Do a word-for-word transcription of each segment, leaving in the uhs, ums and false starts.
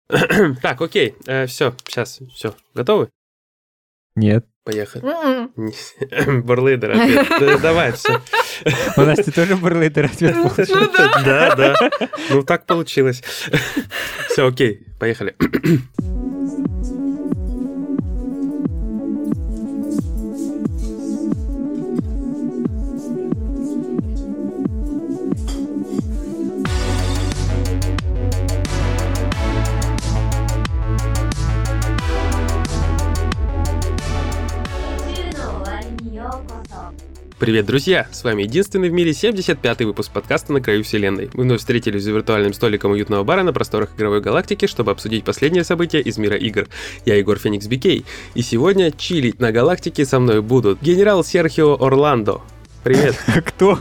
Так, окей, все, сейчас, все, готовы? Нет. Поехали. Бурлейдер ответ. Давай, все. У Насти тоже бурлейдер ответ получился. Ну да. Да, да. Ну так получилось. Все, окей, поехали. Привет, друзья! С вами единственный в мире семьдесят пятый выпуск подкаста «На краю вселенной». Мы вновь встретились за виртуальным столиком уютного бара на просторах игровой галактики, чтобы обсудить последние события из мира игр. Я Егор Феникс Би Кей, и сегодня чилить на галактике со мной будут генерал Серхио Орландо. Привет! Кто?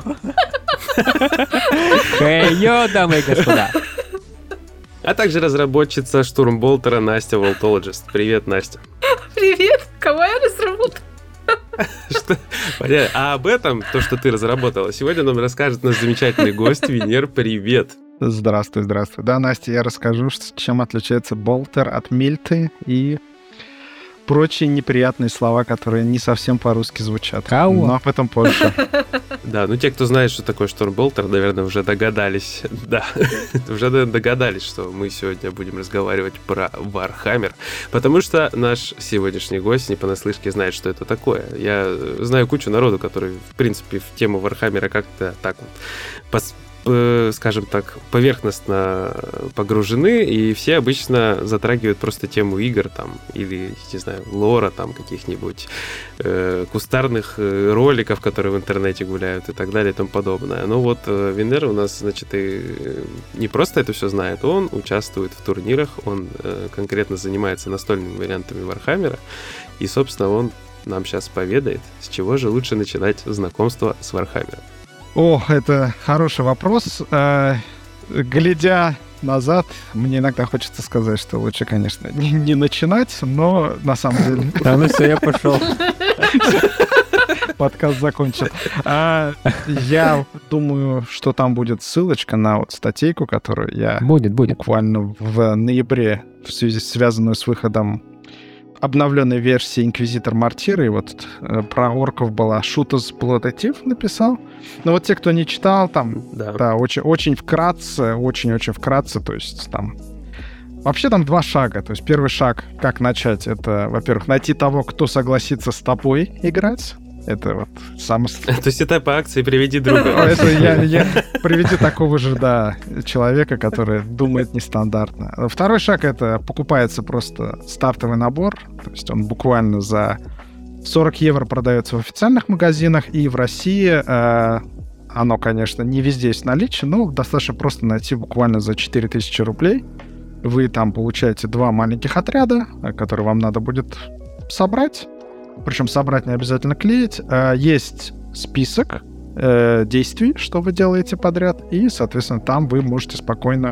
Хей-йо, дамы и господа! А также разработчица штурмболтера Настя Волтологист. Привет, Настя! Привет! Кого я разработала? Что? Понятно. А об этом, то, что ты разработала, сегодня нам расскажет наш замечательный гость Венер. Привет. Здравствуй, здравствуй. Да, Настя, я расскажу, чем отличается болтер от мильты и прочие неприятные слова, которые не совсем по-русски звучат. Кау. Но об этом позже. Да, ну те, кто знает, что такое штурмболтер, наверное, уже догадались. Да, уже догадались, что мы сегодня будем разговаривать про Warhammer, потому что наш сегодняшний гость не понаслышке знает, что это такое. Я знаю кучу народу, который, в принципе, в тему Warhammer как-то так вот пос- скажем так, поверхностно погружены, и все обычно затрагивают просто тему игр там, или, не знаю, лора там каких-нибудь э, кустарных э, роликов, которые в интернете гуляют и так далее и тому подобное. Но вот э, Венер у нас, значит, и не просто это все знает, он участвует в турнирах, он э, конкретно занимается настольными вариантами Вархаммера, и, собственно, он нам сейчас поведает, с чего же лучше начинать знакомство с Вархаммером. О, это хороший вопрос. Глядя назад, мне иногда хочется сказать, что лучше, конечно, не, не начинать, но на самом деле... Да, ну все, я пошел. Подкаст закончен. А, я думаю, что там будет ссылочка на вот статейку, которую я будет, будет. буквально в ноябре, в связи связанную с выходом обновленной версии Inquisitor Martyr, и вот э, про орков была Shooters Protective написал. Но вот те, кто не читал, там, да, да очень, очень вкратце, очень-очень вкратце, то есть там... Вообще там два шага. То есть первый шаг, как начать, это, во-первых, найти того, кто согласится с тобой играть. Это вот самый... То есть это по акции «Приведи друга». Это я, я приведи такого же, да, человека, который думает нестандартно. Второй шаг — это покупается просто стартовый набор. То есть он буквально за сорок евро продается в официальных магазинах, и в России э, оно, конечно, не везде есть в наличии, но достаточно просто найти буквально за четыре тысячи рублей. Вы там получаете два маленьких отряда, которые вам надо будет собрать. Причем собрать не обязательно клеить. Есть список э, действий, что вы делаете подряд, и, соответственно, там вы можете спокойно,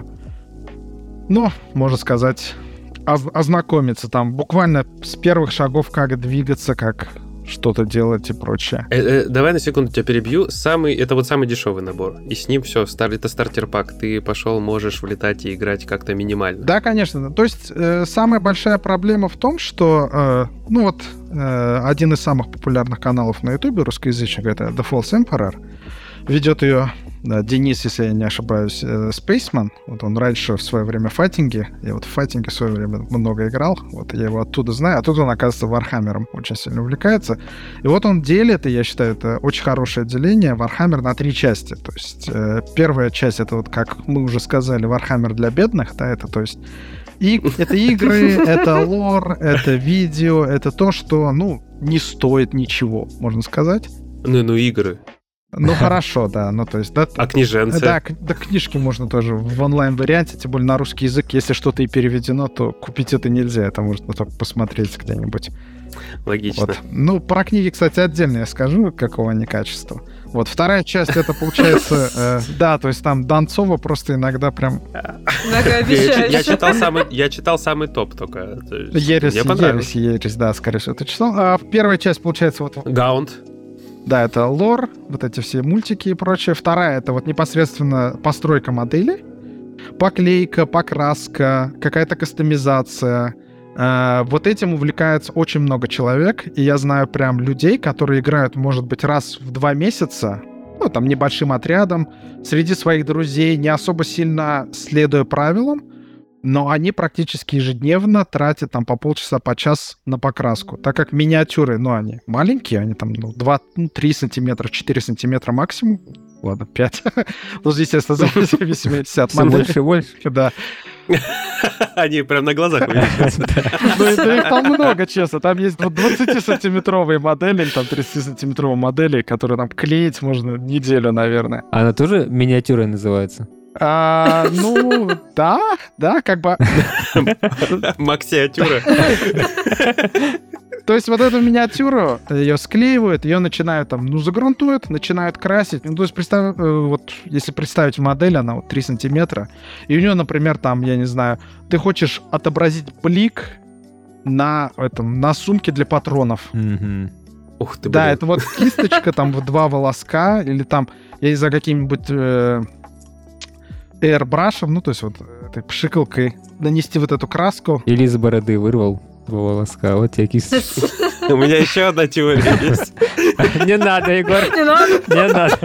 ну, можно сказать, оз- ознакомиться там буквально с первых шагов, как двигаться, как что-то делать и прочее. Э, э, давай на секунду тебя перебью. Самый, это вот самый дешевый набор. И с ним все, стар, это стартер-пак. Ты пошел, можешь влетать и играть как-то минимально. Да, конечно. То есть э, самая большая проблема в том, что, э, ну вот, э, один из самых популярных каналов на Ютубе русскоязычных, это The False Emperor, ведет ее да, Денис, если я не ошибаюсь, э, Spaceman. Вот он раньше в свое время в файтинге, я вот в файтинге в свое время много играл, вот я его оттуда знаю, а тут он, оказывается, Вархаммером очень сильно увлекается. И вот он делит, и я считаю, это очень хорошее деление, Вархаммер на три части. То есть э, первая часть, это вот, как мы уже сказали, Вархаммер для бедных, да, это, то есть и это игры, это лор, это видео, это то, что, ну, не стоит ничего, можно сказать. Ну, ну, игры. Ну, хорошо, да. Ну, то есть, да. А книженцы? Да, да, книжки можно тоже в онлайн-варианте, тем более на русский язык. Если что-то и переведено, то купить это нельзя. Это можно только посмотреть где-нибудь. Логично. Вот. Ну, про книги, кстати, отдельно я скажу, какого они качества. Вот, вторая часть, это получается... Э, да, то есть там Донцова просто иногда прям... Я, я, читал самый, я читал самый топ только. Ересь, ересь, ересь, да, скорее всего, ты читал. А первая часть, получается, вот... Гаунд. Да, это лор, вот эти все мультики и прочее. Вторая — это вот непосредственно постройка моделей. поклейка, покраска, какая-то кастомизация. Вот этим увлекается очень много человек, и я знаю прям людей, которые играют, может быть, раз в два месяца, ну, там, небольшим отрядом, среди своих друзей, не особо сильно следуя правилам, но они практически ежедневно тратят там по полчаса, по час на покраску. Так как миниатюры, ну, они маленькие, они там ну, два-три сантиметра, четыре сантиметра максимум. Ладно, пять. Ну, естественно, зависимости от модели. Больше и больше. Да. Они прям на глазах увеличиваются. Ну, их там много, честно. Там есть двадцатисантиметровые модели, или там тридцатисантиметровые модели, которые там клеить можно неделю, наверное. Она тоже миниатюрой называется? А, ну, да, да, как бы... Максиатюра. То есть вот эту миниатюру, ее склеивают, ее начинают там, ну, загрунтуют, начинают красить. Ну, то есть, представь, вот, если представить модель, она вот три сантиметра, и у нее, например, там, я не знаю, ты хочешь отобразить блик на, этом, на сумке для патронов. Мгм. Ух ты, Да, блин. это вот кисточка, там, в два волоска, или там, я не знаю, каким-нибудь э, airbrush'ом, ну, то есть вот этой пшикалкой нанести вот эту краску. Или из бороды вырвал два волоска. Вот тебе кисточка. У меня еще одна теория есть. Не надо, Егор. Не надо. Не надо.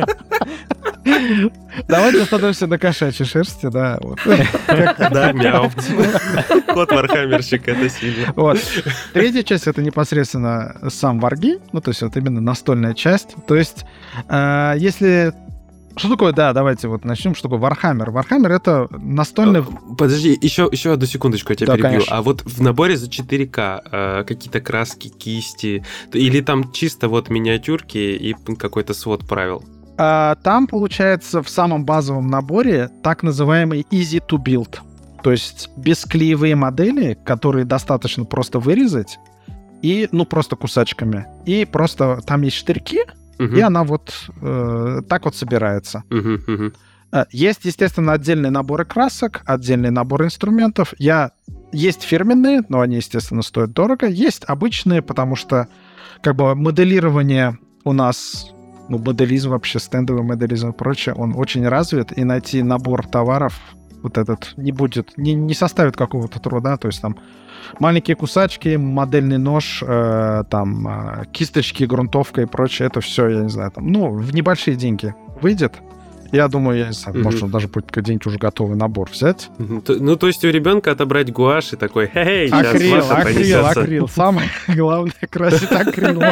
Давайте остановимся на кошачьей шерсти, да. Вот. Да, мяу. Кот Вархаммерщик, это сильно. Вот. Третья часть — это непосредственно сам Wargame, ну, то есть вот именно настольная часть. То есть, э, если... Что такое, да, давайте вот начнем, что такое Warhammer. Warhammer — это настольный... Подожди, еще, еще одну секундочку, я тебя Да, перебью. конечно. А вот в наборе за четыре ка э, какие-то краски, кисти, или там чисто вот миниатюрки и какой-то свод правил? А, там, получается, в самом базовом наборе так называемый easy to build. То есть бесклеевые модели, которые достаточно просто вырезать, и, ну, просто кусачками. И просто там есть штырьки, Мгм. и она вот э, так вот собирается. Мгм, мгм. А, Есть, естественно, отдельные наборы красок, отдельные наборы инструментов. Я... Есть фирменные, но они, естественно, стоят дорого. Есть обычные, потому что как бы моделирование у нас, ну, моделизм вообще, стендовый моделизм и прочее, он очень развит, и найти набор товаров вот этот не будет, не, не составит какого-то труда. То есть там маленькие кусачки, модельный нож, э, там э, кисточки, грунтовка и прочее, это все, я не знаю, там, ну, в небольшие деньги выйдет. Я думаю, я не знаю, Мгм. можно даже будет где-нибудь уже готовый набор взять. Мгм. То- Ну, то есть у ребенка отобрать гуашь и такой, хей, сейчас Акрил, Маша акрил, понесется. акрил. Самое главное — красить акрилом.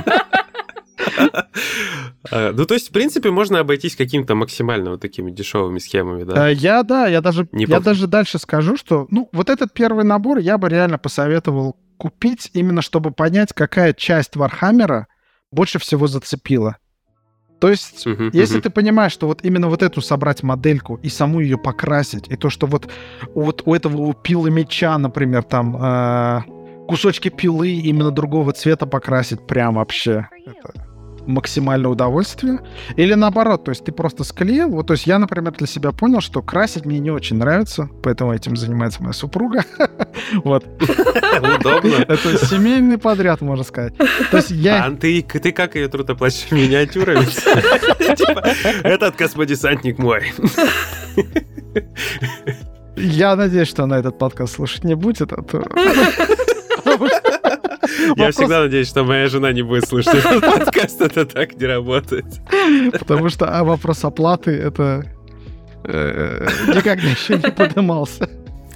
А, Ну, то есть, в принципе, можно обойтись какими-то максимально вот такими дешевыми схемами, да? Э, Я, да, я даже, Не я пов- даже дальше скажу, что, ну, вот этот первый набор я бы реально посоветовал купить, именно чтобы понять, какая часть Вархаммера больше всего зацепила. То есть, Мгм, если мгм. ты понимаешь, что вот именно вот эту собрать модельку и саму ее покрасить, и то, что вот, вот у этого у пилы меча, например, там э, кусочки пилы именно другого цвета покрасить, прям вообще это максимальное удовольствие. Или наоборот, то есть ты просто склеил. Вот, то есть я, например, для себя понял, что красить мне не очень нравится, поэтому этим занимается моя супруга. Вот. Удобно. Это семейный подряд, можно сказать. То есть я... А ты, ты как ее тут оплачиваешь миниатюрами? Типа, этот космодесантник мой. Я надеюсь, что она этот подкаст слушать не будет, а то... Я Вопрос- всегда надеюсь, что моя жена не будет слушать этот подкаст, это так не работает. Потому что а вопрос оплаты — это э, никогда еще не поднимался.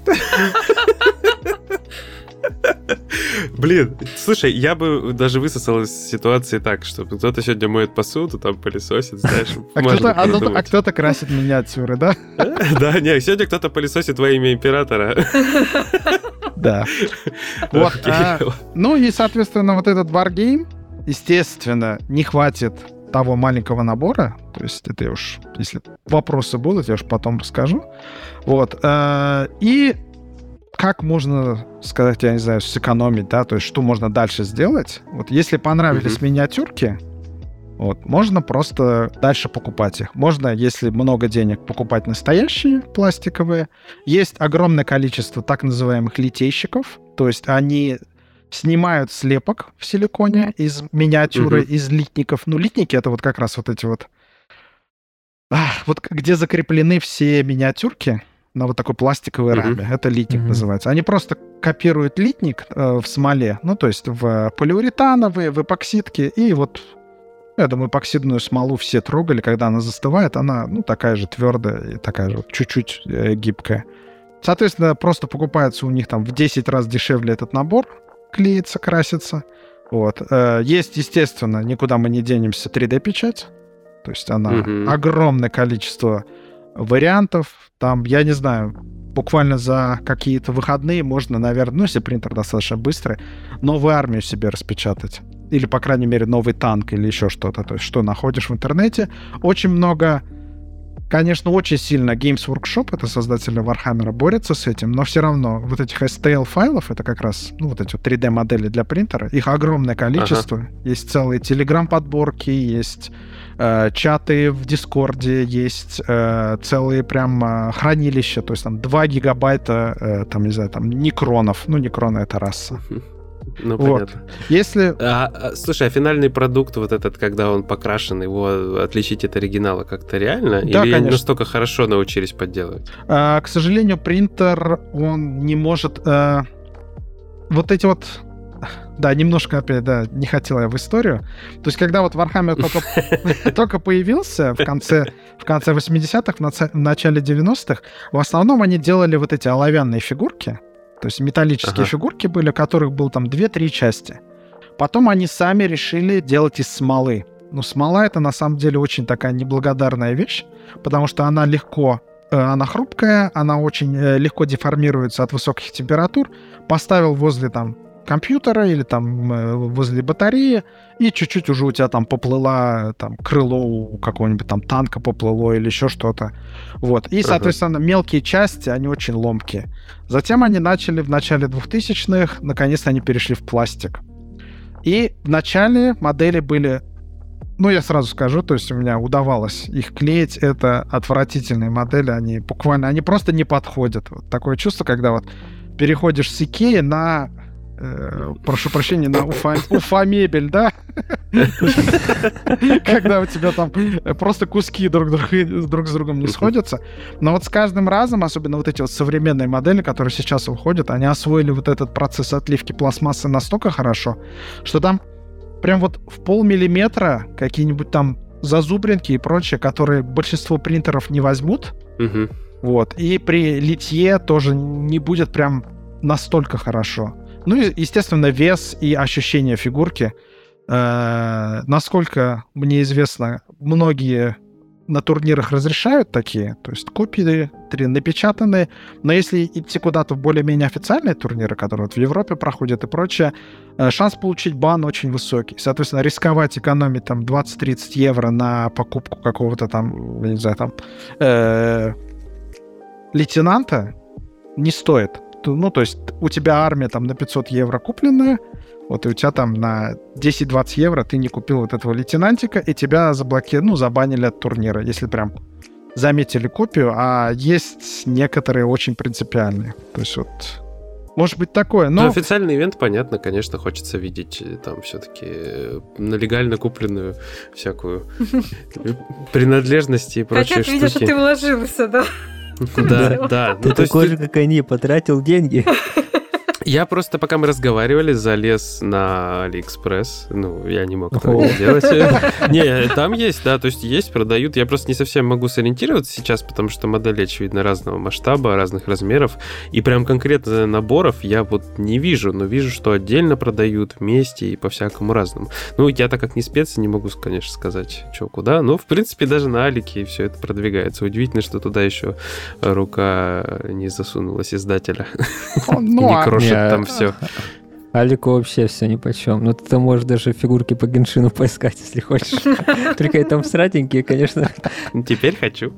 Блин, слушай, я бы даже высосал из ситуации так, что кто-то сегодня моет посуду, там пылесосит, знаешь, А можно кто-то, а кто-то- а придумать. кто-то красит миниатюры, да? Да, не, сегодня кто-то пылесосит во имя императора. Да. Вот. Окей. а, ну и, соответственно, вот этот Wargame, естественно, не хватит того маленького набора. То есть это я уж, если вопросы будут, я уж потом расскажу. Вот. а, И как можно сказать, я не знаю, сэкономить, да, то есть что можно дальше сделать. Вот если понравились Мгм. миниатюрки, вот, можно просто дальше покупать их. Можно, если много денег, покупать настоящие пластиковые. Есть огромное количество так называемых литейщиков, то есть они снимают слепок в силиконе из миниатюры, Мгм. из литников. Ну, литники — это вот как раз вот эти вот... Ах, вот где закреплены все миниатюрки. на вот такой пластиковой Мгм. раме. Это литник Мгм. называется. Они просто копируют литник э, в смоле, ну, то есть в полиуретановые, в эпоксидке, и вот, я думаю, эпоксидную смолу все трогали, когда она застывает, она, ну, такая же твердая и такая же вот чуть-чуть э, гибкая. Соответственно, просто покупается у них там в десять раз дешевле этот набор, клеится, красится. Вот. Э, Есть, естественно, никуда мы не денемся, три дэ-печать. То есть она Мгм. огромное количество вариантов. Там, я не знаю, буквально за какие-то выходные можно, наверное, ну, если принтер достаточно быстрый, новую армию себе распечатать. Или, по крайней мере, новый танк или еще что-то. То есть, что находишь в интернете. Очень много, конечно, очень сильно Games Workshop, это создатели Warhammer, борются с этим, но все равно вот этих эс ти эл-файлов, это как раз, ну, вот эти вот три дэ-модели для принтера, их огромное количество. Есть целые телеграм-подборки, есть э, чаты в Дискорде, есть э, целые прям э, хранилища, то есть там два гигабайта, э, там, не знаю, там, некронов. Ну, некроны — это раса. Ну, Вот. понятно. Если... А, а, слушай, а финальный продукт, вот этот, когда он покрашен, его отличить от оригинала как-то реально? Да, Или конечно. настолько хорошо научились подделывать? А, к сожалению, принтер, он не может... э, вот эти вот... Да, немножко опять, да, не хотел я в историю. То есть, когда вот Warhammer только, только появился в конце, в конце восьмидесятых, в, наца- в начале девяностых, в основном они делали вот эти оловянные фигурки. То есть металлические Ага. фигурки были, у которых было там две-три части. Потом они сами решили делать из смолы. Ну, смола — это на самом деле очень такая неблагодарная вещь, потому что она легко, э, она хрупкая, она очень э, легко деформируется от высоких температур. Поставил возле там компьютера или там э, возле батареи, и чуть-чуть уже у тебя там поплыла там крыло у какого-нибудь там танка поплыло или еще что-то. Вот. И, Ага. соответственно, мелкие части, они очень ломкие. Затем они начали в начале двухтысячных, наконец-то они перешли в пластик. И в начале модели были, ну, я сразу скажу, то есть у меня удавалось их клеить, это отвратительные модели, они буквально, они просто не подходят. Вот такое чувство, когда вот переходишь с Икеи на, э, прошу прощения, на Уфа, Уфа-мебель, да? Когда у тебя там просто куски друг, друг, друг с другом не сходятся. Но вот с каждым разом, особенно вот эти вот современные модели, которые сейчас выходят, они освоили вот этот процесс отливки пластмассы настолько хорошо, что там прям вот в полмиллиметра какие-нибудь там зазубринки и прочее, которые большинство принтеров не возьмут. Мгм. Вот. И при литье тоже не будет прям настолько хорошо. Ну и, естественно, вес и ощущение фигурки. Э, насколько мне известно, многие на турнирах разрешают такие, то есть копии три напечатанные, но если идти куда-то в более-менее официальные турниры, которые вот в Европе проходят и прочее, э, шанс получить бан очень высокий. Соответственно, рисковать, экономить там двадцать-тридцать евро на покупку какого-то там, я не знаю, там э, лейтенанта не стоит. Ту- Ну, то есть у тебя армия там на пятьсот евро купленная, вот и у тебя там на десять-двадцать евро ты не купил вот этого лейтенантика, и тебя заблокировали, ну, забанили от турнира, если прям заметили копию, а есть некоторые очень принципиальные. То есть вот, может быть такое, Ну, но... официальный ивент, понятно, конечно, хочется видеть э, там все-таки на легально купленную всякую принадлежность и прочие Хотят видеть, что штуки. ты вложился, да? Да, да. Ты Ну, то есть такой ты- же, как они, потратил деньги. Я просто, пока мы разговаривали, залез на Алиэкспресс. Ну, я не мог этого Ого. не сделать. Не, там есть, да, то есть есть, продают. Я просто не совсем могу сориентироваться сейчас, потому что модели, очевидно, разного масштаба, разных размеров. И прям конкретно наборов я вот не вижу, но вижу, что отдельно продают вместе и по-всякому разному. Ну, я так как не спец, не могу, конечно, сказать, что куда. Но, в принципе, даже на Алике все это продвигается. Удивительно, что туда еще рука не засунулась издателя. И Ну, не а- крошит Не, там все. Алику вообще все нипочем. Ну, ты там можешь даже фигурки по Геншину поискать, если хочешь. Только и там сратенькие, конечно. Теперь хочу.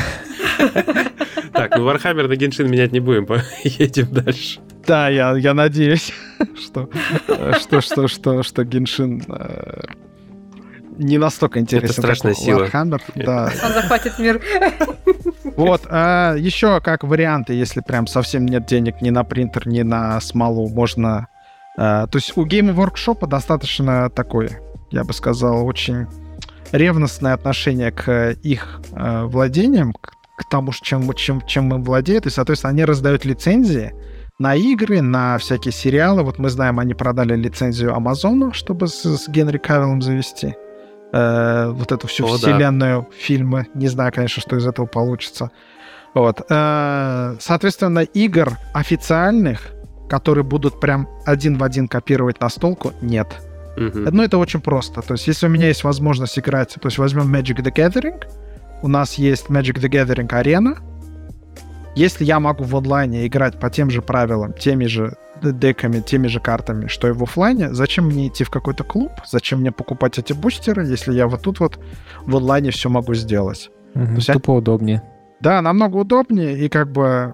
Так, ну Warhammer на Genshin менять не будем, поедем дальше. Да, я, я надеюсь, что, э, что, что, что, что Геншин э, не настолько интересен, страшная как сила. Warhammer. Да. Он захватит мир. Вот, а еще как варианты, если прям совсем нет денег ни на принтер, ни на смолу, можно... э, то есть у Game Workshop достаточно такое, я бы сказал, очень ревностное отношение к их э, владениям, к к тому, чем, чем, чем им владеют, и, соответственно, они раздают лицензии на игры, на всякие сериалы. Вот мы знаем, они продали лицензию Амазону, чтобы с, с Генри Кавиллом завести э, вот эту всю О, вселенную да. фильмы. Не знаю, конечно, что из этого получится. Вот. Э, соответственно, игр официальных, которые будут прям один в один копировать настолку, нет. Uh-huh. Ну, это очень просто. То есть, если у меня есть возможность играть... То есть, возьмем Magic the Gathering. У нас есть Magic the Gathering Arena. Если я могу в онлайне играть по тем же правилам, теми же деками, теми же картами, что и в офлайне, зачем мне идти в какой-то клуб? Зачем мне покупать эти бустеры, если я вот тут вот в онлайне все могу сделать? Uh-huh. Тупо я... удобнее. Да, намного удобнее. И как бы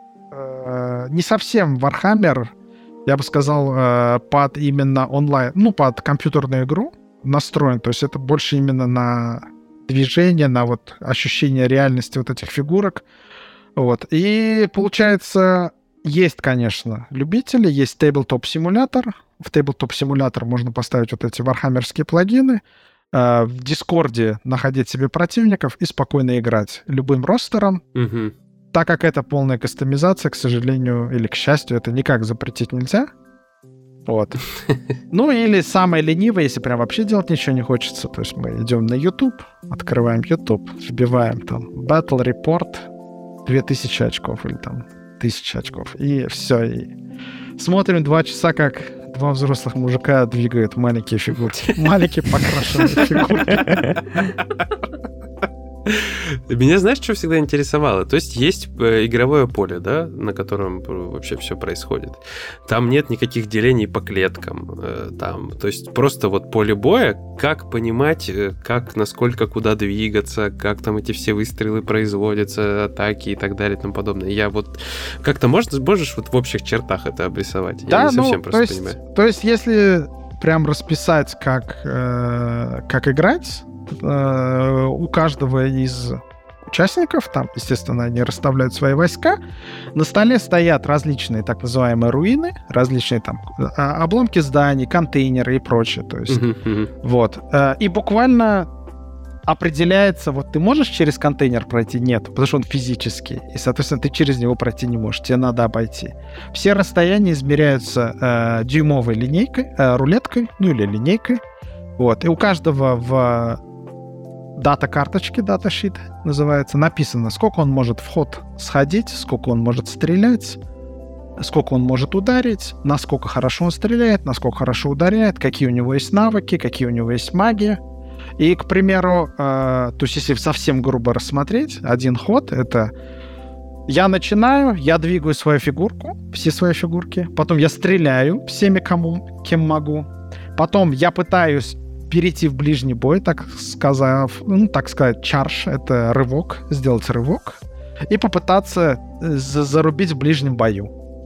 э, не совсем Warhammer... я бы сказал, под именно онлайн, ну, под компьютерную игру настроен. То есть это больше именно на движение, на вот ощущение реальности вот этих фигурок. Вот. И получается, есть, конечно, любители, есть Tabletop-симулятор. В Tabletop-симулятор можно поставить вот эти вархаммерские плагины, в Дискорде находить себе противников и спокойно играть любым ростером. Угу. Так как это полная кастомизация, к сожалению, или к счастью, это никак запретить нельзя. Вот. Ну, или самое ленивое, если прям вообще делать ничего не хочется, то есть мы идем на YouTube, открываем YouTube, вбиваем там Battle Report, две тысячи очков или там тысяча очков, и все. И смотрим два часа, как два взрослых мужика двигают маленькие фигурки. Маленькие покрашенные фигурки. Меня, знаешь, что всегда интересовало? То есть есть игровое поле, да, на котором вообще все происходит. Там нет никаких делений по клеткам. Там, то есть просто вот поле боя, как понимать, как, насколько, куда двигаться, как там эти все выстрелы производятся, атаки и так далее и тому подобное. Я вот... Как-то можешь, можешь вот в общих чертах это обрисовать? Да, Я не совсем ну, просто то есть, понимаю. То есть если прям расписать, как, э, как играть... у каждого из участников, там, естественно, они расставляют свои войска, на столе стоят различные так называемые руины, различные там обломки зданий, контейнеры и прочее. То есть, uh-huh, uh-huh. вот. И буквально определяется, вот ты можешь через контейнер пройти? Нет, потому что он физический, и, соответственно, ты через него пройти не можешь, тебе надо обойти. Все расстояния измеряются э, дюймовой линейкой, э, рулеткой, ну или линейкой. Вот. И у каждого в дата-карточке, дата-шит называется, написано, сколько он может в ход сходить, сколько он может стрелять, сколько он может ударить, насколько хорошо он стреляет, насколько хорошо ударяет, какие у него есть навыки, какие у него есть магия. И, к примеру, э, то есть если совсем грубо рассмотреть, один ход — это я начинаю, я двигаю свою фигурку, все свои фигурки, потом я стреляю всеми, кому, кем могу, потом я пытаюсь перейти в ближний бой, так сказав, ну, так сказать, чарж, это рывок, сделать рывок, и попытаться зарубить в ближнем бою.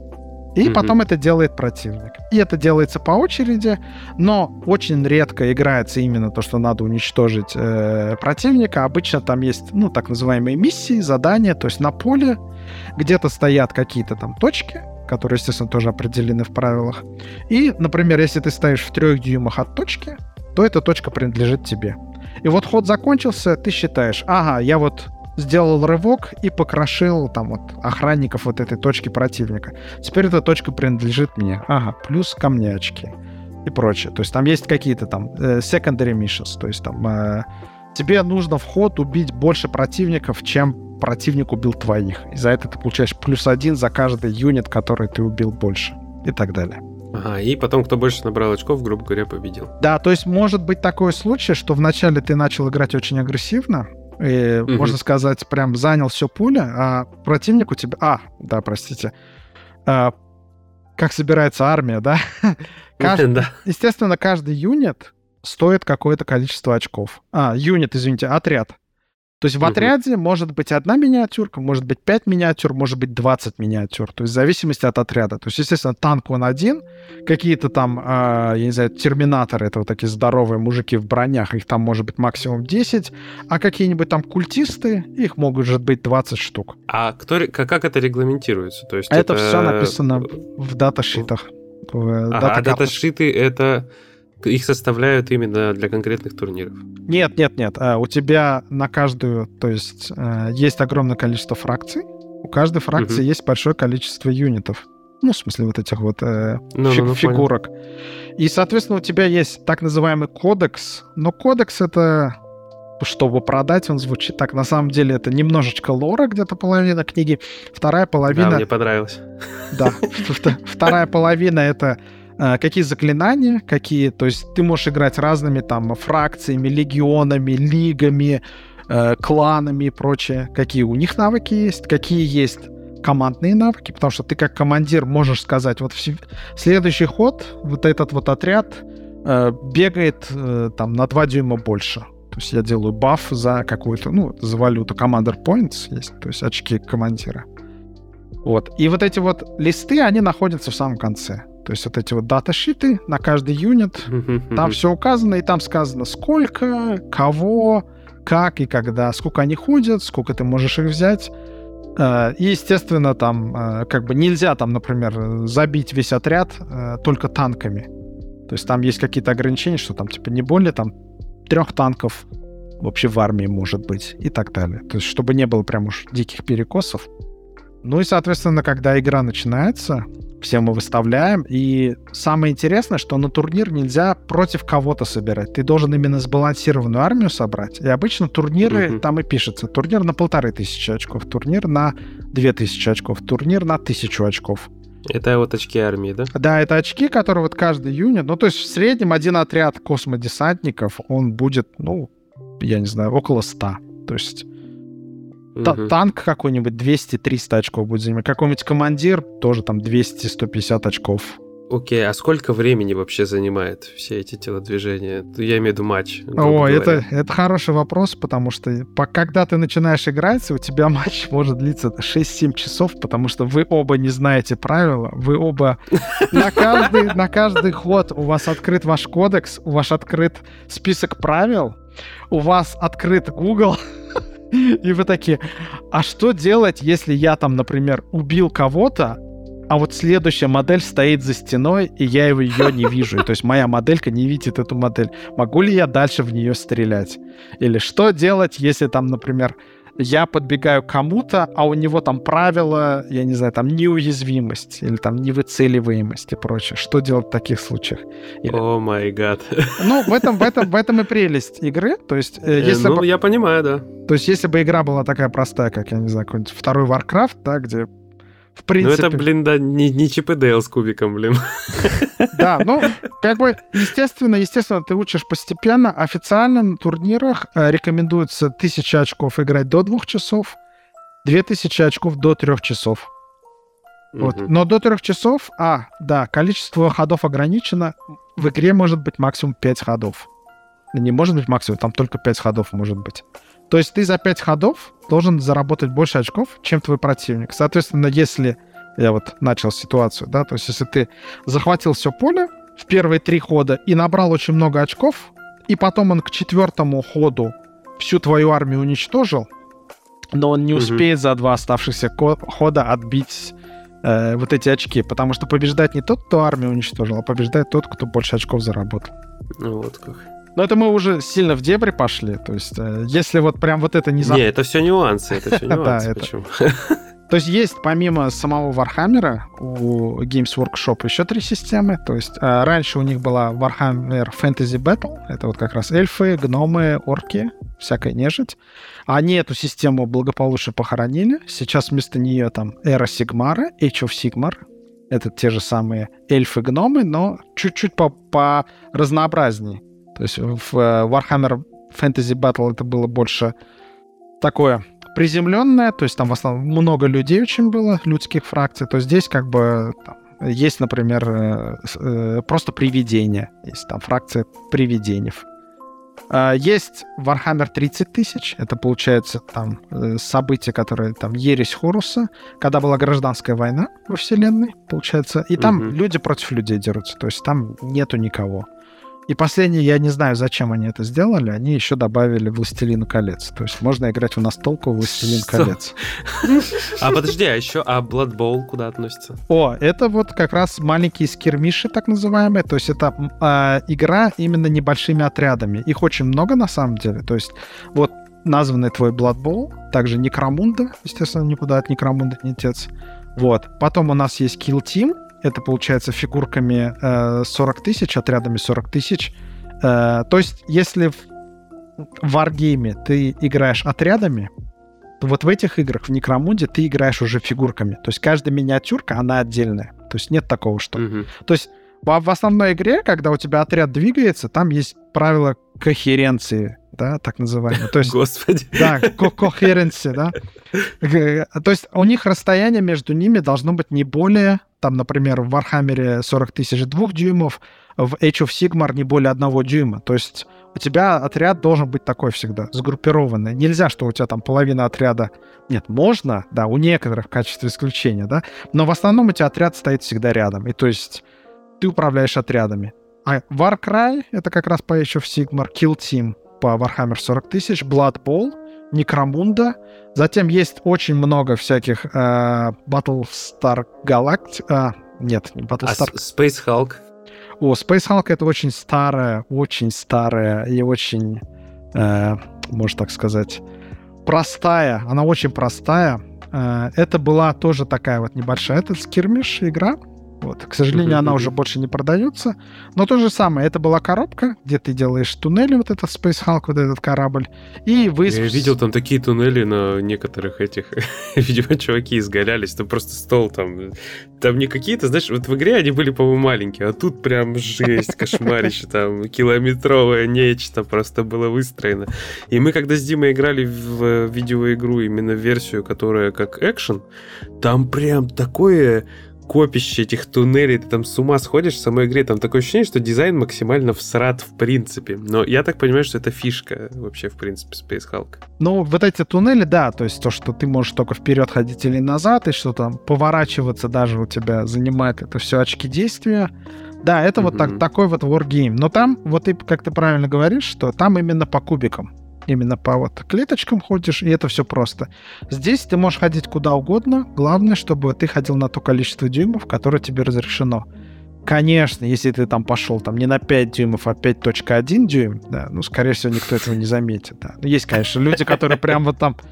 И mm-hmm. потом это делает противник. И это делается по очереди, но очень редко играется именно то, что надо уничтожить э, противника. Обычно там есть, ну, так называемые миссии, задания, то есть на поле где-то стоят какие-то там точки, которые, естественно, тоже определены в правилах. И, например, если ты стоишь в трех дюймах от точки, то эта точка принадлежит тебе. И вот ход закончился, ты считаешь, ага, я вот сделал рывок и покрошил там вот охранников вот этой точки противника. Теперь эта точка принадлежит мне. Ага, плюс ко мне очки и прочее. То есть там есть какие-то там э, secondary missions, то есть там э, тебе нужно в ход убить больше противников, чем противник убил твоих. И за это ты получаешь плюс один за каждый юнит, который ты убил больше. И так далее. Ага, и потом, кто больше набрал очков, грубо говоря, победил. Да, то есть может быть такой случай, что вначале ты начал играть очень агрессивно, и, mm-hmm. можно сказать, прям занял все поле, а противник у тебя... А, да, простите. А, как собирается армия, да? Кажд... да? Естественно, каждый юнит стоит какое-то количество очков. А, юнит, извините, отряд. То есть в отряде может быть одна миниатюрка, может быть пять миниатюр, может быть двадцать миниатюр. То есть в зависимости от отряда. То есть, естественно, танк он один, какие-то там, э, я не знаю, терминаторы, это вот такие здоровые мужики в бронях, их там может быть максимум десять, а какие-нибудь там культисты, их могут быть двадцать штук. А кто, как это регламентируется? То есть это, это все написано в даташитах. Ага, а даташиты — это... их составляют именно для конкретных турниров? Нет, нет, нет. У тебя на каждую, то есть есть огромное количество фракций. У каждой фракции угу. есть большое количество юнитов. Ну, в смысле, вот этих вот э, ну, фиг, ну, фигурок. Понял. И, соответственно, у тебя есть так называемый кодекс. Но кодекс — это, чтобы продать, он звучит так. На самом деле это немножечко лора, где-то половина книги. Вторая половина... Да, мне понравилось. Да. Вторая половина — это какие заклинания, какие... То есть ты можешь играть разными там фракциями, легионами, лигами, кланами и прочее. Какие у них навыки есть, какие есть командные навыки, потому что ты как командир можешь сказать, вот в следующий ход вот этот вот отряд э, бегает э, там на два дюйма больше. То есть я делаю баф за какую-то, ну, за валюту. Commander Points есть, то есть очки командира. Вот. И вот эти вот листы, они находятся в самом конце. То есть вот эти вот дата-шиты на каждый юнит, там все указано, и там сказано, сколько, кого, как и когда, сколько они ходят, сколько ты можешь их взять. И, естественно, там как бы нельзя, там, например, забить весь отряд только танками. То есть там есть какие-то ограничения, что там типа не более там трех танков вообще в армии может быть и так далее. То есть чтобы не было прям уж диких перекосов. Ну и, соответственно, когда игра начинается, все мы выставляем. И самое интересное, что на турнир нельзя против кого-то собирать. Ты должен именно сбалансированную армию собрать. И обычно турниры, mm-hmm. там и пишется. Турнир на полторы тысячи очков, турнир на две тысячи очков, турнир на тысячу очков. Это вот очки армии, да? Да, это очки, которые вот каждый юнит... Ну, то есть в среднем один отряд космодесантников, он будет, ну, я не знаю, около ста. То есть... Uh-huh. Танк какой-нибудь двести-триста очков будет занимать. Какой-нибудь командир тоже там двести-сто пятьдесят очков. Окей, okay, а сколько времени вообще занимает все эти телодвижения? Я имею в виду матч. О, это, это хороший вопрос, потому что по, когда ты начинаешь играть, у тебя матч может длиться шесть-семь часов, потому что вы оба не знаете правила, вы оба... На каждый, на каждый ход у вас открыт ваш кодекс, у вас открыт список правил, у вас открыт Google... И вы такие, а что делать, если я там, например, убил кого-то, а вот следующая модель стоит за стеной, и я его ее не вижу. То есть моя моделька не видит эту модель. Могу ли я дальше в нее стрелять? Или что делать, если там, например, я подбегаю к кому-то, а у него там правило, я не знаю, там неуязвимость или там невыцеливаемость и прочее. Что делать в таких случаях? О май гад. Ну, в этом, в, этом, в этом и прелесть игры. То есть, э, если ну, бы... я понимаю, да. То есть, если бы игра была такая простая, как, я не знаю, какой-нибудь второй Warcraft, да, где в принципе... Ну, это, блин, да, не, не Чип и Дейл с кубиком, блин. Да, ну, как бы, естественно, естественно, ты учишь постепенно. Официально на турнирах э, рекомендуется тысяча очков играть до двух часов, две тысячи очков до трех часов. Вот. Mm-hmm. Но до трех часов, а, да, количество ходов ограничено. В игре может быть максимум пять ходов. Не может быть максимум, там только пять ходов может быть. То есть ты за пять ходов должен заработать больше очков, чем твой противник. Соответственно, если... Я вот начал ситуацию, да, то есть если ты захватил все поле в первые три хода и набрал очень много очков, и потом он к четвертому ходу всю твою армию уничтожил, но он не успеет mm-hmm. за два оставшихся ко- хода отбить э, вот эти очки, потому что побеждает не тот, кто армию уничтожил, а побеждает тот, кто больше очков заработал. Ну вот как. Но это мы уже сильно в дебри пошли, то есть э, если вот прям вот это не... Не, это все нюансы, это все нюансы, почему? То есть есть помимо самого Warhammer у Games Workshop еще три системы. То есть э, раньше у них была Warhammer Fantasy Battle. Это вот как раз эльфы, гномы, орки, всякая нежить. Они эту систему благополучно похоронили. Сейчас вместо нее там Эра Сигмара, Age of Sigmar. Это те же самые эльфы-гномы, но чуть-чуть по, по разнообразнее. То есть в Warhammer Fantasy Battle это было больше такое... приземленная, то есть там в основном много людей очень было, людских фракций, то здесь как бы там, есть, например, э, э, просто привидения, есть там фракция привидений. Э, есть Warhammer тридцать тысяч, это получается там э, событие, которое там Ересь Хоруса, когда была гражданская война во вселенной, получается, и там mm-hmm. люди против людей дерутся, то есть там нету никого. И последнее, я не знаю, зачем они это сделали, они еще добавили «Властелин колец». То есть можно играть в настолку «Властелин колец». А подожди, а еще, а Blood Bowl куда относится? О, это вот как раз маленькие скирмиши, так называемые. То есть это э, игра именно небольшими отрядами. Их очень много на самом деле. То есть вот названный твой Blood Bowl, также Некромунда, естественно, никуда от Некромунда не деться. Вот. Потом у нас есть Kill Team. Это, получается, фигурками э, сорок тысяч, отрядами сорок тысяч. Э, то есть, если в варгейме ты играешь отрядами, то вот в этих играх, в Некромунде, ты играешь уже фигурками. То есть, каждая миниатюрка, она отдельная. То есть, нет такого, что... Mm-hmm. То есть, в, в основной игре, когда у тебя отряд двигается, там есть правила кохеренции, да, так называемые. То есть, Господи. Да, кохеренции, да. То есть, у них расстояние между ними должно быть не более... Там, например, в Вархаммере сорок тысяч двух дюймов, в Age of Sigmar не более одного дюйма. То есть у тебя отряд должен быть такой всегда, сгруппированный. Нельзя, что у тебя там половина отряда... Нет, можно, да, у некоторых в качестве исключения, да, но в основном у тебя отряд стоит всегда рядом. И то есть ты управляешь отрядами. А Warcry — это как раз по Age of Sigmar, Kill Team по Warhammer сорок тысяч, Blood Bowl, Некромунда. Затем есть очень много всяких э, Battlestar Galactica. А, нет, не Battlestar. А Space Hulk? О, Space Hulk — это очень старая, очень старая и очень, э, можно так сказать, простая. Она очень простая. Э, это была тоже такая вот небольшая, это скирмиш игра. Вот. К сожалению, mm-hmm. она уже больше не продается. Но то же самое. Это была коробка, где ты делаешь туннели, вот этот Space Hulk, вот этот корабль. И вы... Я видел там такие туннели на некоторых этих... Видимо, чуваки изгалялись. Там просто стол там... Там не какие-то, знаешь, вот в игре они были, по-моему, маленькие, а тут прям жесть, кошмарище, там километровое нечто просто было выстроено. И мы, когда с Димой играли в видеоигру, именно версию, которая как экшен, там прям такое... копище этих туннелей, ты там с ума сходишь в самой игре, там такое ощущение, что дизайн максимально всрат в принципе. Но я так понимаю, что это фишка вообще, в принципе, Space Hulk. Ну, вот эти туннели, да, то есть то, что ты можешь только вперед ходить или назад, и что там поворачиваться даже у тебя занимает это все очки действия. Да, это mm-hmm. вот так, такой вот wargame. Но там, вот ты, как ты правильно говоришь, что там именно по кубикам. Именно по вот клеточкам ходишь, и это все просто. Здесь ты можешь ходить куда угодно. Главное, чтобы ты ходил на то количество дюймов, которое тебе разрешено. Конечно, если ты там пошел там не на пять дюймов, а пять целых один дюйм, да, ну, скорее всего, никто этого не заметит. Да. Есть, конечно, люди, которые прям вот там,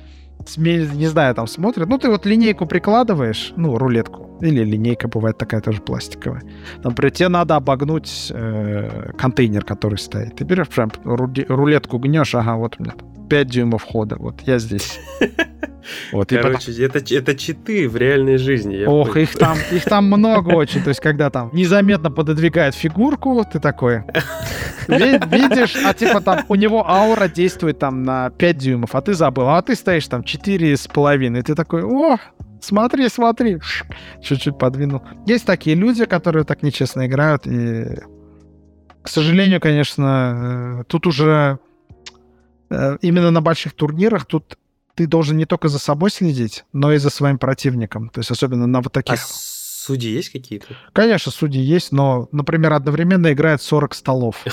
не знаю, там смотрят. Ну, ты вот линейку прикладываешь, ну, рулетку, или линейка бывает такая тоже пластиковая. Например, тебе надо обогнуть э, контейнер, который стоит. Ты берешь прям рулетку, гнешь, ага, вот у меня пять дюймов хода, вот я здесь. Вот, короче, потом... это, это читы в реальной жизни. Я Ох, их там, их там много очень. То есть, когда там незаметно пододвигает фигурку, ты такой видишь, а типа там у него аура действует там на пять дюймов, а ты забыл, а ты стоишь там четыре с половиной, и ты такой, о, смотри, смотри, чуть-чуть подвинул. Есть такие люди, которые так нечестно играют, и, к сожалению, конечно, тут уже именно на больших турнирах тут ты должен не только за собой следить, но и за своим противником. То есть особенно на вот таких... А судьи есть какие-то? Конечно, судьи есть, но, например, одновременно играет сорок столов.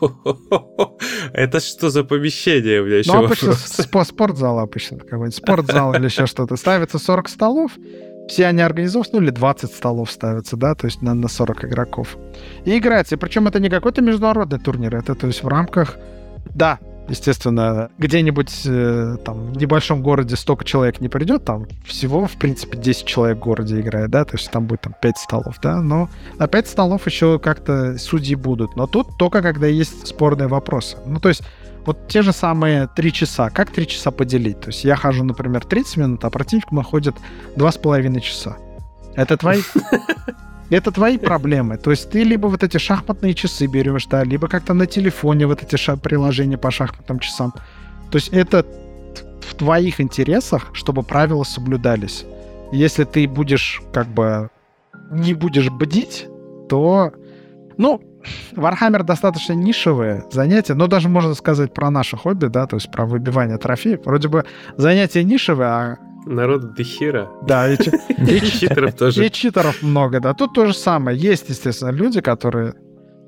Это что за помещение? У меня еще ну, обычно спортзал обычно. Какой-нибудь спортзал или еще что-то. Ставится сорок столов, все они организованы, ну или двадцать столов ставятся, да, то есть на, на сорок игроков. И играется. И причем это не какой-то международный турнир, это то есть в рамках... Да, естественно, где-нибудь э, там в небольшом городе столько человек не придет, там всего, в принципе, десять человек в городе играет, да, то есть там будет там пять столов, да, но на пять столов еще как-то судьи будут, но тут только когда есть спорные вопросы. Ну, то есть вот те же самые три часа, как три часа поделить? То есть я хожу, например, тридцать минут, а противник находит два с половиной часа. Это твои... Это твои проблемы. То есть ты либо вот эти шахматные часы берешь, да, либо как-то на телефоне вот эти ша- приложения по шахматным часам. То есть это в твоих интересах, чтобы правила соблюдались. Если ты будешь как бы не будешь бдить, то... Ну, Warhammer достаточно нишевое занятие, но даже можно сказать про наше хобби, да, то есть про выбивание трофеев. Вроде бы занятие нишевое, а народ до хера. Да, и, и читеров тоже. И читеров много, да. Тут то же самое. Есть, естественно, люди, которые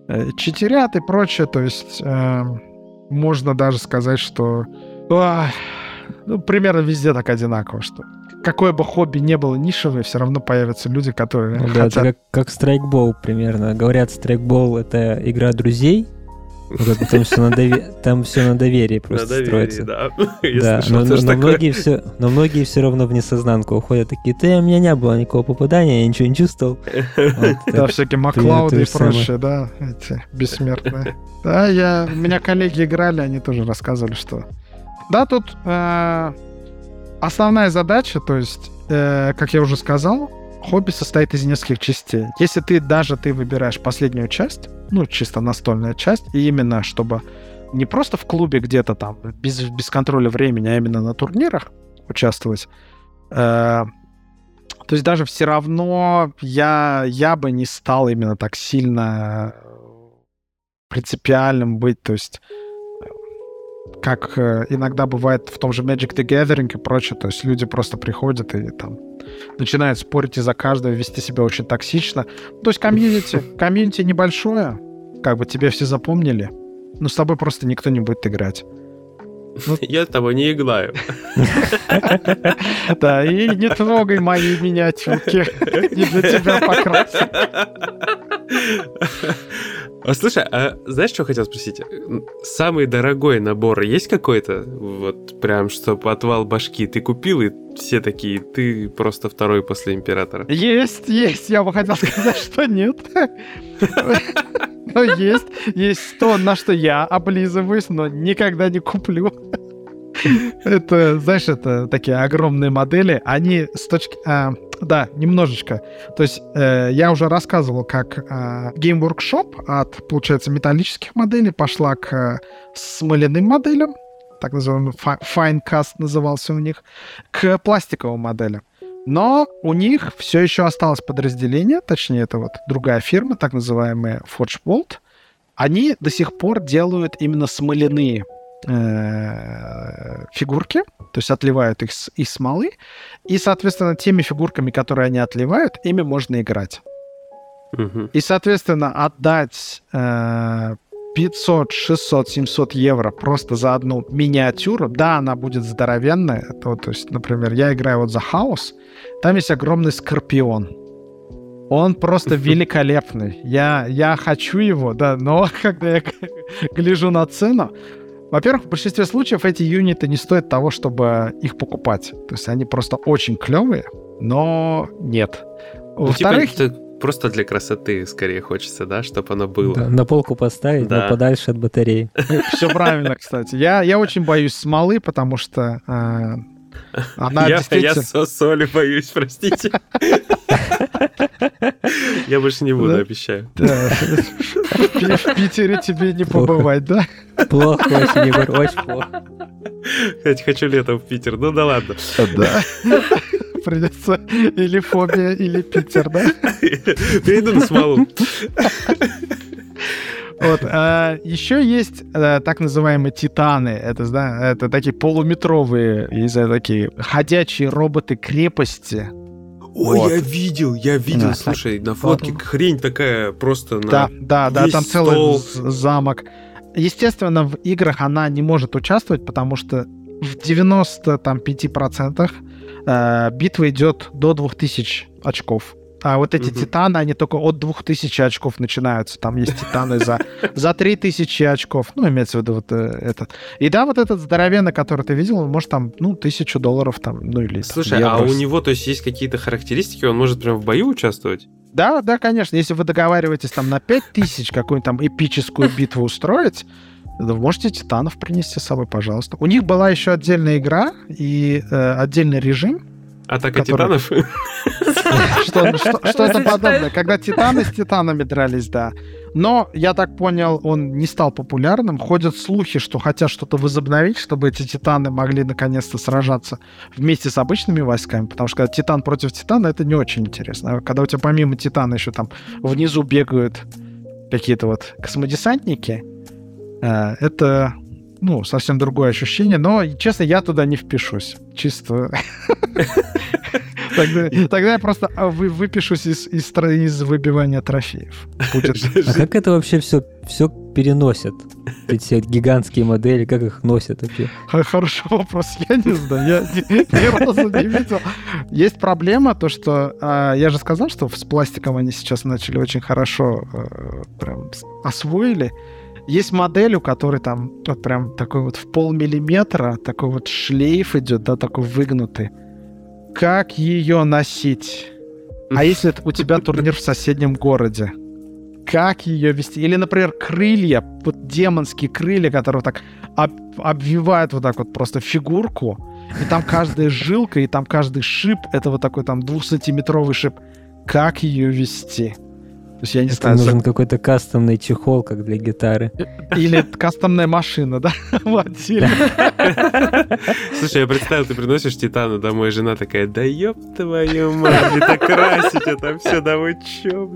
э, читерят и прочее. То есть э, можно даже сказать, что а, ну, примерно везде так одинаково, что какое бы хобби не было нишевое, все равно появятся люди, которые Ну, хотят... да, это как, как страйкбол примерно. Говорят, страйкбол — это игра друзей. Ну, как бы там все на, дове... там все на доверии просто На доверии, строится. да. Я Да, слышал но, тоже но, такое. многие все, но многие все равно в несознанку уходят такие: ты, у меня не было никакого попадания, я ничего не чувствовал. Вот, Да, так. всякие Маклауды и то же самое. прочее, да, эти бессмертные. Да, я, у меня коллеги играли, они тоже рассказывали, что... Да, тут э, основная задача, то есть, э, как я уже сказал, хобби состоит из нескольких частей. Если ты даже ты выбираешь последнюю часть, ну, чисто настольная часть, и именно чтобы не просто в клубе где-то там, без, без контроля времени, а именно на турнирах участвовать, э, то есть даже все равно я, я бы не стал именно так сильно принципиальным быть, то есть как э, иногда бывает в том же Magic the Gathering и прочее, то есть люди просто приходят и там начинают спорить из-за каждого, вести себя очень токсично. То есть комьюнити, комьюнити небольшое, как бы тебя все запомнили, но с тобой просто никто не будет играть. Я с тобой не играю. Да, и не трогай мои миниатюрки, не для тебя покрасил. А, слушай, а знаешь, что хотел спросить? Самый дорогой набор есть какой-то? Вот прям, чтоб отвал башки ты купил, и все такие, ты просто второй после императора. Есть, есть, я бы хотел сказать, что нет. Но есть, есть то, на что я облизываюсь, но никогда не куплю. Это, знаешь, это такие огромные модели, они с точки... А, да, немножечко. То есть э, я уже рассказывал, как э, Game Workshop от, получается, металлических моделей пошла к э, смоляным моделям, так называемый Fine Cast назывался у них, к пластиковым моделям. Но у них все еще осталось подразделение, точнее, это вот другая фирма, так называемая Forge Bolt. Они до сих пор делают именно смоляные фигурки, то есть отливают их из смолы, и, соответственно, теми фигурками, которые они отливают, ими можно играть. Угу. И, соответственно, отдать э, пятьсот, шестьсот, семьсот евро просто за одну миниатюру, да, она будет здоровенная, то, то есть, например, я играю вот за Хаос, там есть огромный скорпион. Он просто великолепный. Я, я хочу его, да, но когда я гляжу на цену, во-первых, в большинстве случаев эти юниты не стоят того, чтобы их покупать. То есть они просто очень клевые, но нет. Ну, Во-вторых... типа, это просто для красоты скорее хочется, да, чтобы оно было. Да, на полку поставить, Да. но подальше от батареи. Все правильно, кстати. Я, я очень боюсь смолы, потому что э, она я, действительно... я со соли боюсь, простите. Я больше не буду, Да? обещаю. Да. В Питере тебе не побывать, да? Плохо очень, Егор, очень плохо. Хоть хочу летом в Питер, ну да ладно. Да. Придется или фобия, или Питер, да? Перейду на смолу. Вот, а, еще есть а, так называемые титаны. Это, да, это такие полуметровые, есть такие ходячие роботы-крепости. Ой, Вот. я видел, я видел, Да. слушай, на фотке хрень такая просто на... Да, да, да, весь там целый стол. з- замок. Естественно, в играх она не может участвовать, потому что в девяноста пяти процентах э, битва идет до двух тысяч очков. А вот эти Мгм. титаны, они только от двух тысяч очков начинаются. Там есть титаны за, за три тысячи очков. Ну, имеется в виду вот э, этот. И да, вот этот здоровенный, который ты видел, он может там, ну, тысячу долларов там, ну, или там, Слушай, а евро. у него, то есть, есть какие-то характеристики, он может прям в бою участвовать? Да, да, конечно. Если вы договариваетесь там на пять тысяч какую-нибудь там эпическую битву устроить, да, вы можете титанов принести с собой, пожалуйста. У них была еще отдельная игра и э, отдельный режим. Атака Который- титанов? Что, что- что-то подобное. Когда титаны с титанами дрались, да. Но, я так понял, он не стал популярным. Ходят слухи, что хотят что-то возобновить, чтобы эти титаны могли наконец-то сражаться вместе с обычными войсками. Потому что когда титан против титана, это не очень интересно. А когда у тебя помимо титана еще там внизу бегают какие-то вот космодесантники, э, это, ну, совсем другое ощущение. Но, честно, я туда не впишусь. Чисто Тогда, тогда я просто вы, выпишусь из, из, из выбивания трофеев. Будет. А как это вообще все, все переносят? Эти гигантские модели, как их носят вообще? Хороший вопрос, я не знаю, я ни, ни разу не видел. Есть проблема, то что, а, я же сказал, что с пластиком они сейчас начали очень хорошо а, прям освоили. Есть модель, у которой там вот прям такой вот в полмиллиметра такой вот шлейф идет, да, такой выгнутый. Как ее носить? А если это у тебя турнир в соседнем городе? Как ее вести? Или, например, крылья, вот демонские крылья, которые так об- обвивают вот так вот просто фигурку, и там каждая жилка, и там каждый шип, это вот такой там двухсантиметровый шип. Как ее вести? То есть я не это знаю... нужен за... какой-то кастомный чехол, как для гитары. Или кастомная машина, да? Слушай, я представил, ты приносишь Титану домой, жена такая, да ёб твою мать, это красить, это все, да вы чё,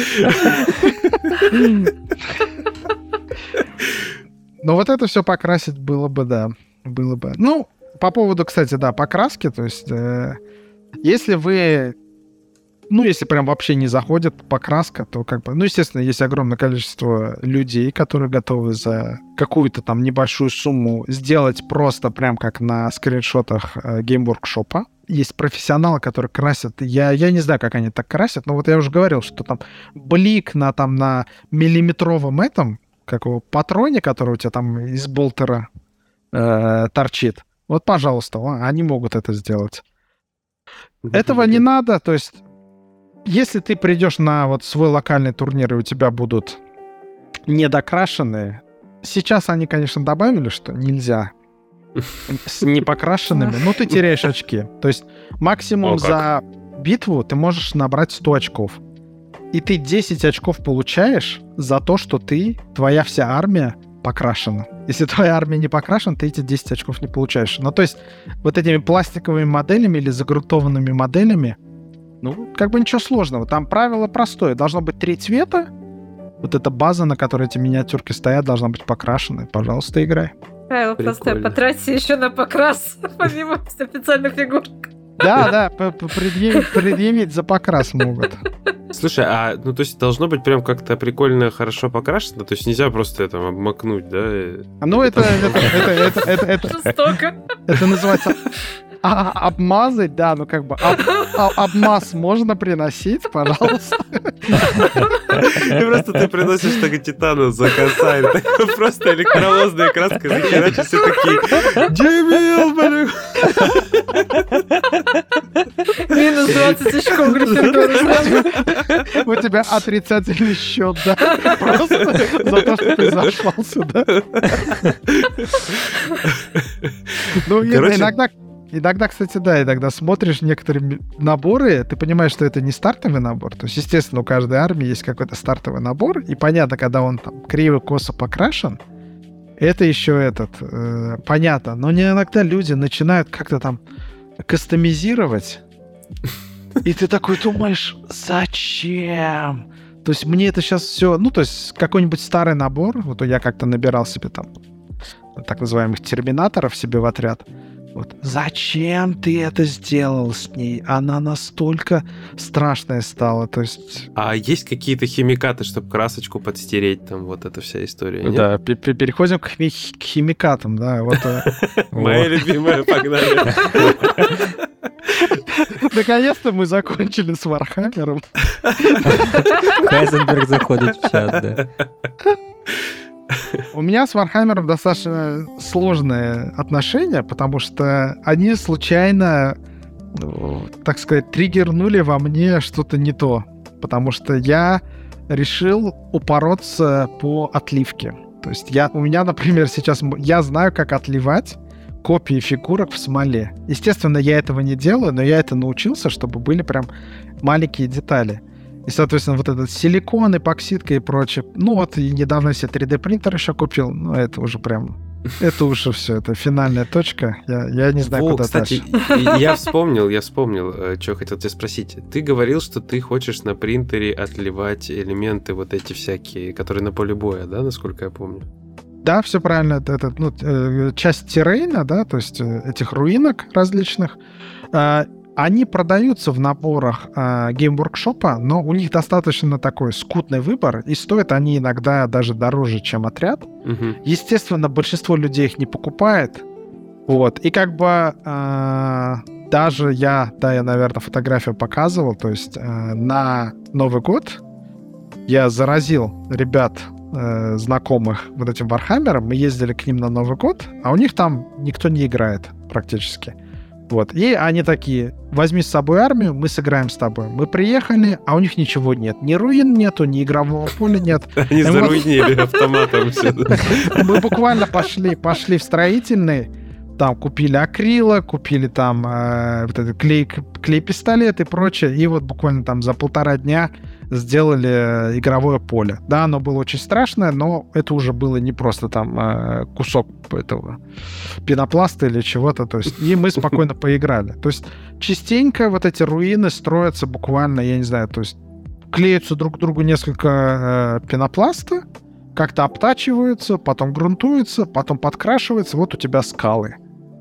ну вот это все покрасить было бы, да, было бы. Ну, по поводу, кстати, да, покраски, то есть если вы... Ну, если прям вообще не заходит покраска, то как бы... Ну, естественно, есть огромное количество людей, которые готовы за какую-то там небольшую сумму сделать просто прям как на скриншотах э, гейм-воркшопа. Есть профессионалы, которые красят... Я, я не знаю, как они так красят, но вот я уже говорил, что там блик на, там, на миллиметровом этом, как его, патроне, который у тебя там из болтера э, торчит. Вот, пожалуйста, они могут это сделать. Этого не надо, то есть... Если ты придешь на вот свой локальный турнир, и у тебя будут недокрашенные, сейчас они, конечно, добавили, что нельзя с непокрашенными, но ты теряешь очки. То есть максимум О, за битву ты можешь набрать сто очков. И ты десять очков получаешь за то, что ты, твоя вся армия покрашена. Если твоя армия не покрашена, ты эти десять очков не получаешь. Ну, то есть вот этими пластиковыми моделями или загрунтованными моделями, ну, как бы ничего сложного. Там правило простое. Должно быть три цвета. Вот эта база, на которой эти миниатюрки стоят, должна быть покрашена. Пожалуйста, играй. Правило простое. Потратьте еще на покрас, помимо специальных фигурок. Да, да, предъявить, предъявить за покрас могут. Слушай, а, ну, то есть должно быть прям как-то прикольно, хорошо покрашено? То есть нельзя просто это обмакнуть, да? Ну, это... это, это, это, это Жестоко. Это называется... А, обмазать, да, ну как бы об, об, обмаз можно приносить, пожалуйста. И просто ты приносишь так Титану за косарь, просто электровозная краска захерачит, все такие, дебил, блин. Минус двадцать очков Гриффиндора. У тебя отрицательный счет, да, просто за то, что ты зашел сюда. Ну, иногда... Иногда, кстати, да, иногда смотришь некоторые наборы, ты понимаешь, что это не стартовый набор. То есть, естественно, у каждой армии есть какой-то стартовый набор, и понятно, когда он там криво-косо покрашен, это еще этот, э, понятно. Но не иногда люди начинают как-то там кастомизировать, и ты такой думаешь, зачем? То есть мне это сейчас все, ну, то есть какой-нибудь старый набор, вот я как-то набирал себе там так называемых терминаторов себе в отряд. Вот. Зачем ты это сделал с ней? Она настолько страшная стала, то есть... А есть какие-то химикаты, чтобы красочку подстереть, там, вот эта вся история, нет? Да, переходим к, хи- к химикатам, да, вот... Моя любимая, погнали. Наконец-то мы закончили с Вархаммером. Хайзенберг заходит в чат, да. У меня с Вархаммером достаточно сложные отношения, потому что они случайно, так сказать, триггернули во мне что-то не то. Потому что я решил упороться по отливке. То есть я, у меня, например, сейчас... Я знаю, как отливать копии фигурок в смоле. Естественно, я этого не делаю, но я это научился, чтобы были прям маленькие детали. И, соответственно, вот этот силикон, эпоксидка и прочее. Ну вот, и недавно себе три дэ-принтер еще купил. Ну, это уже прям... Это уже все, это финальная точка. Я, я не знаю, Во, куда кстати, дальше. я вспомнил, я вспомнил, что хотел тебя спросить. Ты говорил, что ты хочешь на принтере отливать элементы вот эти всякие, которые на поле боя, да, насколько я помню? Да, все правильно. Это, это ну, часть террейна, да, то есть этих руинок различных. они продаются в наборах э, Game Workshop, но у них достаточно такой скудный выбор, и стоят они иногда даже дороже, чем отряд. Угу. Естественно, большинство людей их не покупает. Вот. И как бы э, даже я, да, я, наверное, фотографию показывал, то есть э, на Новый год я заразил ребят, э, знакомых вот этим Вархаммером, мы ездили к ним на Новый год, а у них там никто не играет практически. Вот. И они такие: возьми с собой армию, мы сыграем с тобой. Мы приехали, а у них ничего нет. Ни руин нету, ни игрового поля нет. Они заруинили автоматом все. Мы буквально пошли, пошли в строительный, там купили акрила, купили там э, вот этот клей, клей-пистолет и прочее, и вот буквально там за полтора дня сделали игровое поле. Да, оно было очень страшное, но это уже было не просто там э, кусок этого пенопласта или чего-то, то есть, и мы спокойно поиграли. То есть частенько вот эти руины строятся буквально, я не знаю, то есть клеятся друг к другу несколько э, пенопласта, как-то обтачиваются, потом грунтуются, потом подкрашиваются, вот у тебя скалы.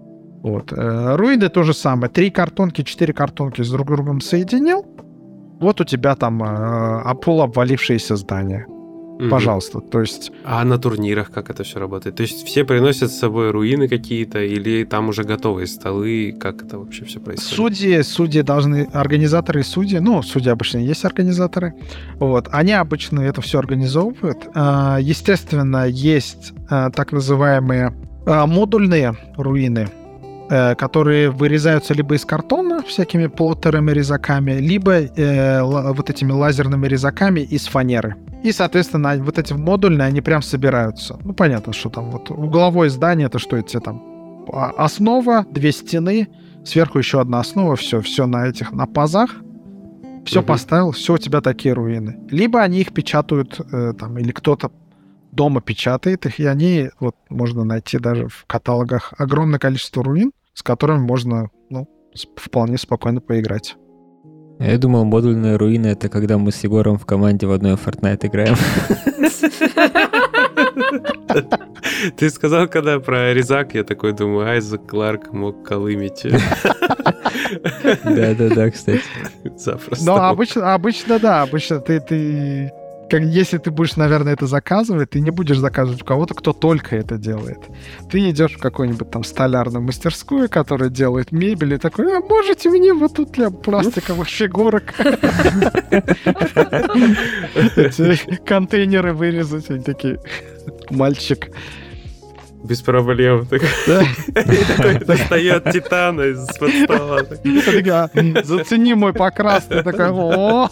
Вот. Руины то же самое. Три картонки, четыре картонки с друг другом соединил, вот у тебя там э, полуобвалившееся здание. Mm-hmm. Пожалуйста. То есть... А на турнирах как это все работает? То есть все приносят с собой руины какие-то, или там уже готовые столы? Как это вообще все происходит? Судьи, судьи должны... Организаторы и судьи, ну, судьи обычно есть организаторы, вот, они обычно это все организовывают. Естественно, есть так называемые модульные руины, которые вырезаются либо из картона всякими плоттерами, резаками, либо э, л- вот этими лазерными резаками из фанеры. И, соответственно, вот эти модульные, они прям собираются. Ну, понятно, что там вот угловое здание, это что это там? Основа, две стены, сверху еще одна основа, все, все на этих, на пазах. Все угу. поставил, все, у тебя такие руины. Либо они их печатают, э, там, или кто-то дома печатает их, и они, вот, можно найти даже в каталогах огромное количество руин, с которыми можно, ну, вполне спокойно поиграть. Я думал, модульные руины — это когда мы с Егором в команде в одной Fortnite играем. Ты сказал, когда про резак, я такой думаю, Айзек Кларк мог колымить. Да-да-да, кстати. Запросто. Ну, обычно, обычно, да, обычно ты... ты... Как, если ты будешь, наверное, это заказывать, ты не будешь заказывать у кого-то, кто только это делает. Ты идешь в какую-нибудь там столярную мастерскую, которая делает мебель, и такой: а можете мне вот тут для пластиковых фигурок контейнеры вырезать? Они такие: мальчик. Без проблем. Достает титана из-под стола. Зацени мой покрас. Ты такой: о.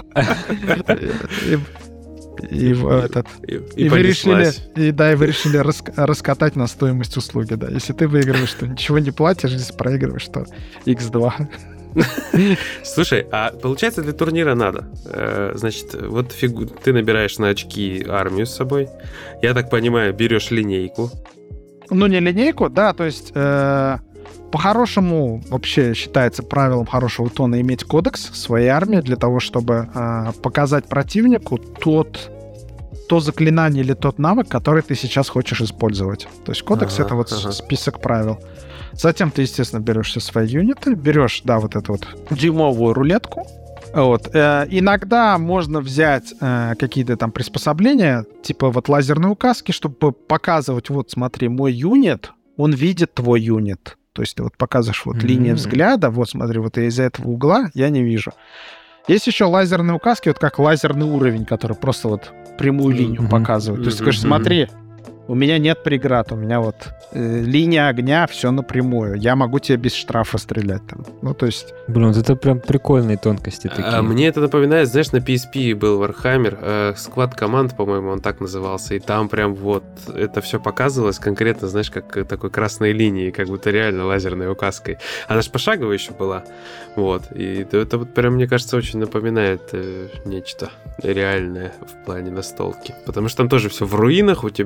И, этот, и, и, и вы решили, и, да, и вы решили рас, раскатать на стоимость услуги, да. Если ты выигрываешь, то ничего не платишь, если проигрываешь, то икс два. Слушай, а получается, для турнира надо. Значит, вот фигу... ты набираешь на очки армию с собой. Я так понимаю, берешь линейку. Ну, не линейку, да, то есть э, по-хорошему вообще считается правилом хорошего тона иметь кодекс своей армии для того, чтобы э, показать противнику тот, то заклинание или тот навык, который ты сейчас хочешь использовать. То есть кодекс ага, — это вот ага. список правил. Затем ты, естественно, берешь все свои юниты, берешь, да, вот эту вот дюймовую рулетку. Вот. Э, иногда можно взять э, какие-то там приспособления, типа вот лазерные указки, чтобы показывать: вот смотри, мой юнит, он видит твой юнит. То есть ты вот показываешь вот mm-hmm. линию взгляда, вот смотри, вот из-за этого угла я не вижу. Есть еще лазерные указки, вот как лазерный уровень, который просто вот прямую линию mm-hmm. показывает. То есть ты говоришь: смотри, у меня нет преград, у меня вот э, линия огня, все напрямую. Я могу тебе без штрафа стрелять там. Ну, то есть... Блин, вот это прям прикольные тонкости такие. А, мне это напоминает, знаешь, на пи эс пи был Warhammer, э, Squad Command, по-моему, он так назывался, и там прям вот это все показывалось конкретно, знаешь, как такой красной линией, как будто реально лазерной указкой. Она же пошаговая еще была. Вот. И это вот прям, мне кажется, очень напоминает э, нечто реальное в плане настолки. Потому что там тоже все в руинах, у тебя отряд,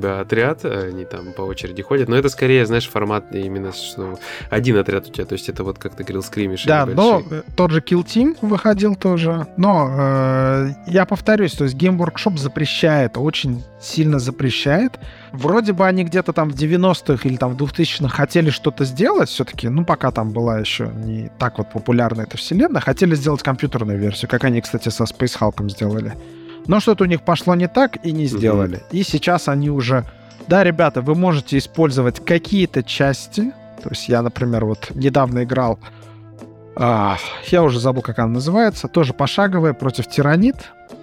отряд, они там по очереди ходят, но это скорее, знаешь, формат именно, что один отряд у тебя, то есть это вот, как ты говорил, скримиши. Да, но тот же Kill Team выходил тоже, но э, я повторюсь, то есть Game Workshop запрещает, очень сильно запрещает. Вроде бы они где-то там в девяностых или там в двухтысячных хотели что-то сделать все-таки, ну, пока там была еще не так вот популярна эта вселенная, хотели сделать компьютерную версию, как они, кстати, со Space Hulk'ом сделали. Но что-то у них пошло не так и не сделали. Mm-hmm. И сейчас они уже... Да, ребята, вы можете использовать какие-то части. То есть я, например, вот недавно играл... А, я уже забыл, как она называется. Тоже пошаговая против тиранид.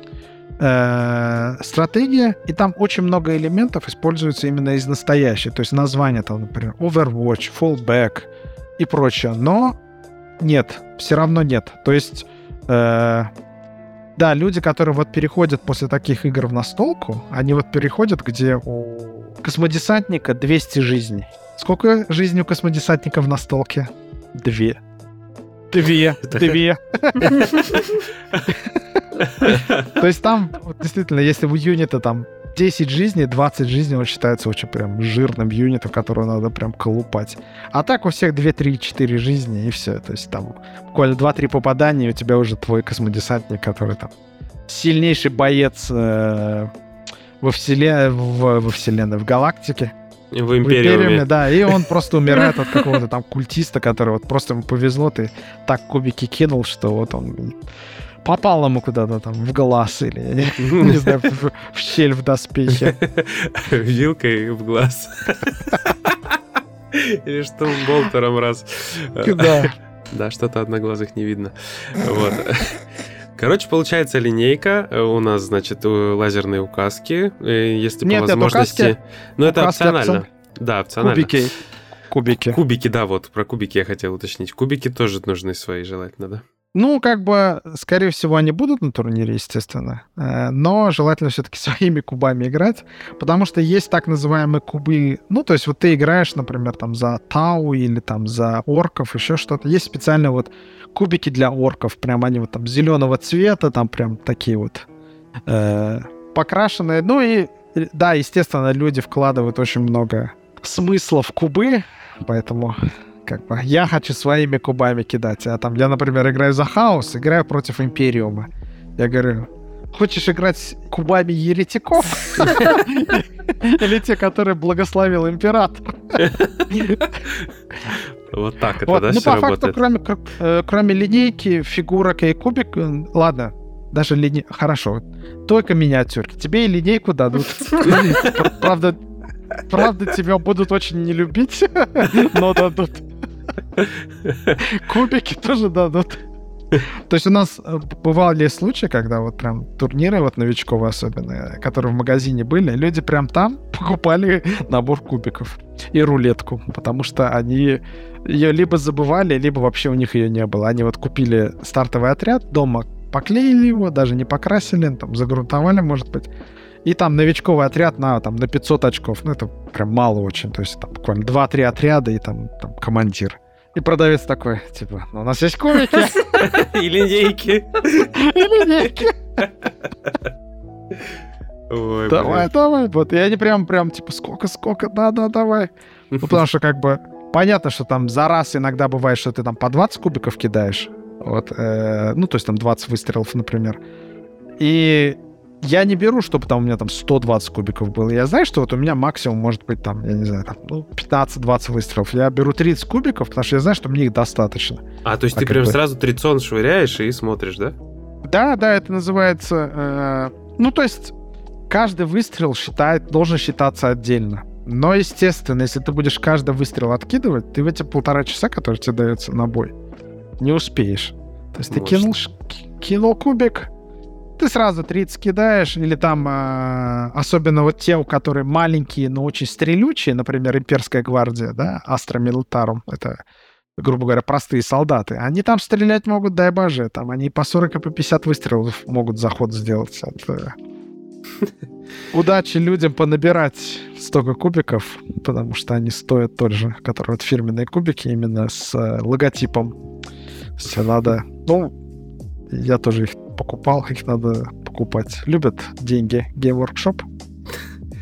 Стратегия, и там очень много элементов используется именно из настоящей. То есть название там, например, Overwatch, Fallback и прочее. Но нет, все равно нет. То есть, э, да, люди, которые вот переходят после таких игр в настолку, они вот переходят, где у космодесантника двести жизней. Сколько жизней у космодесантника в настолке? Две. Две. Две. То есть там, действительно, если у юнита там десять жизней, двадцать жизней, он считается очень прям жирным юнитом, которого надо прям колупать. А так у всех две, три, четыре жизни, и все. То есть там буквально два-три попадания, и у тебя уже твой космодесантник, который там сильнейший боец э, во, вселен... в... во вселенной, в галактике. В Империуме. В Империуме, да, и он просто умирает от какого-то там культиста, который вот просто ему повезло, ты так кубики кинул, что вот он попал ему куда-то там в глаз или, не знаю, в щель в доспехе. Вилкой в глаз. Или что болтером раз. Да. Да, что-то одноглазых не видно. Вот. Короче, получается линейка. У нас, значит, лазерные указки. Если по Нет, возможности... Нет, ну, это опционально. Да, опционально. Кубики. Кубики. Кубики, да, вот про кубики я хотел уточнить. Кубики тоже нужны свои, желательно, да? Ну, как бы, скорее всего, они будут на турнире, естественно, но желательно все-таки своими кубами играть, потому что есть так называемые кубы, ну, то есть вот ты играешь, например, там за Тау или там за орков, еще что-то. Есть специально вот кубики для орков, прям они вот там зеленого цвета, там прям такие вот э, покрашенные. Ну и, да, естественно, люди вкладывают очень много смысла в кубы, поэтому... Как бы, я хочу своими кубами кидать. А там я, например, играю за Хаос, играю против Империума. Я говорю, хочешь играть кубами еретиков? Или те, которые благословил император? Вот так это, да, Ну, все по факту, работает? кроме линейки, фигурок и кубик, ладно, даже линейка... Хорошо, только миниатюрки. Тебе и линейку дадут. Правда, Правда, тебя будут очень не любить, но дадут. Кубики тоже дадут. То есть у нас бывали случаи, когда вот прям турниры, вот новичковые особенно, которые в магазине были, люди прям там покупали набор кубиков и рулетку, потому что они ее либо забывали, либо вообще у них ее не было. Они вот купили стартовый отряд, дома поклеили его, даже не покрасили, там загрунтовали, может быть. И там новичковый отряд на, там, на пятьсот очков. Ну, это прям мало очень. То есть там буквально два-три отряда и там, там командир. И продавец такой, типа, ну, у нас есть кубики. И линейки. И линейки. Ой, давай, давай. Вот, и они прям, прям, типа, сколько-сколько, да-да, давай. Ну, потому что, как бы, понятно, что там за раз иногда бывает, что ты там по двадцать кубиков кидаешь. Вот, э, ну, то есть там двадцать выстрелов, например. И я не беру, чтобы там у меня там сто двадцать кубиков было. Я знаю, что вот у меня максимум может быть там, я не знаю, там, ну, пятнадцать-двадцать выстрелов. Я беру тридцать кубиков, потому что я знаю, что мне их достаточно. А, то есть а ты прям бы... сразу трицон швыряешь и смотришь, да? Да, да, это называется... Э, ну, то есть каждый выстрел считает, должен считаться отдельно. Но, естественно, если ты будешь каждый выстрел откидывать, ты в эти полтора часа, которые тебе даются на бой, не успеешь. То есть ты кинул, кинул кубик, ты сразу тридцать кидаешь, или там, э, особенно вот те, у которых маленькие, но очень стрелючие, например, имперская гвардия, да, Астра Милитарум, это, грубо говоря, простые солдаты, они там стрелять могут, дай боже, там они по сорок и по пятьдесят выстрелов могут заход сделать. Это... Удачи людям понабирать столько кубиков, потому что они стоят тот же, которые вот фирменные кубики, именно с э, логотипом. Все надо... Ну, я тоже их покупал, их надо покупать. Любят деньги Game Workshop?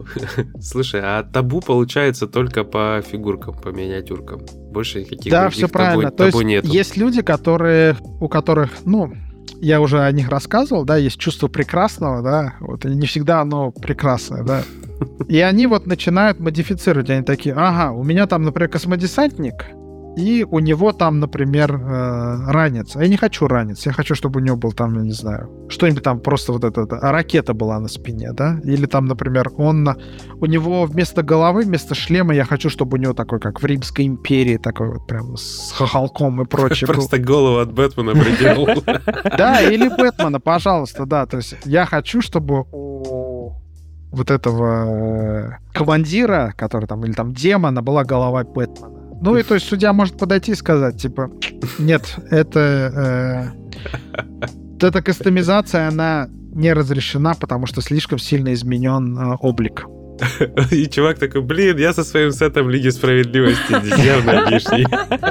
Слушай, а табу получается только по фигуркам, по миниатюркам? Больше никаких да, других все правильно. табу, То табу есть нету? Есть люди, которые, у которых, ну, я уже о них рассказывал, да, есть чувство прекрасного, да, вот, и не всегда оно прекрасное, да. И они вот начинают модифицировать, они такие, ага, у меня там, например, космодесантник, и у него там, например, э, ранец. А я не хочу ранец, я хочу, чтобы у него был там, я не знаю, что-нибудь там, просто вот эта ракета была на спине, да, или там, например, он, у него вместо головы, вместо шлема я хочу, чтобы у него такой, как в Римской империи, такой вот прям с хохолком и прочее. Просто голову от Бэтмена приделал. Да, или Бэтмена, пожалуйста, да, то есть я хочу, чтобы у вот этого командира, который там, или там демона, была голова Бэтмена. Ну и то есть судья может подойти и сказать, типа, нет, это э, эта кастомизация, она не разрешена, потому что слишком сильно изменен э, облик. И чувак такой, блин, я со своим сетом Лиги Справедливости явно лишний.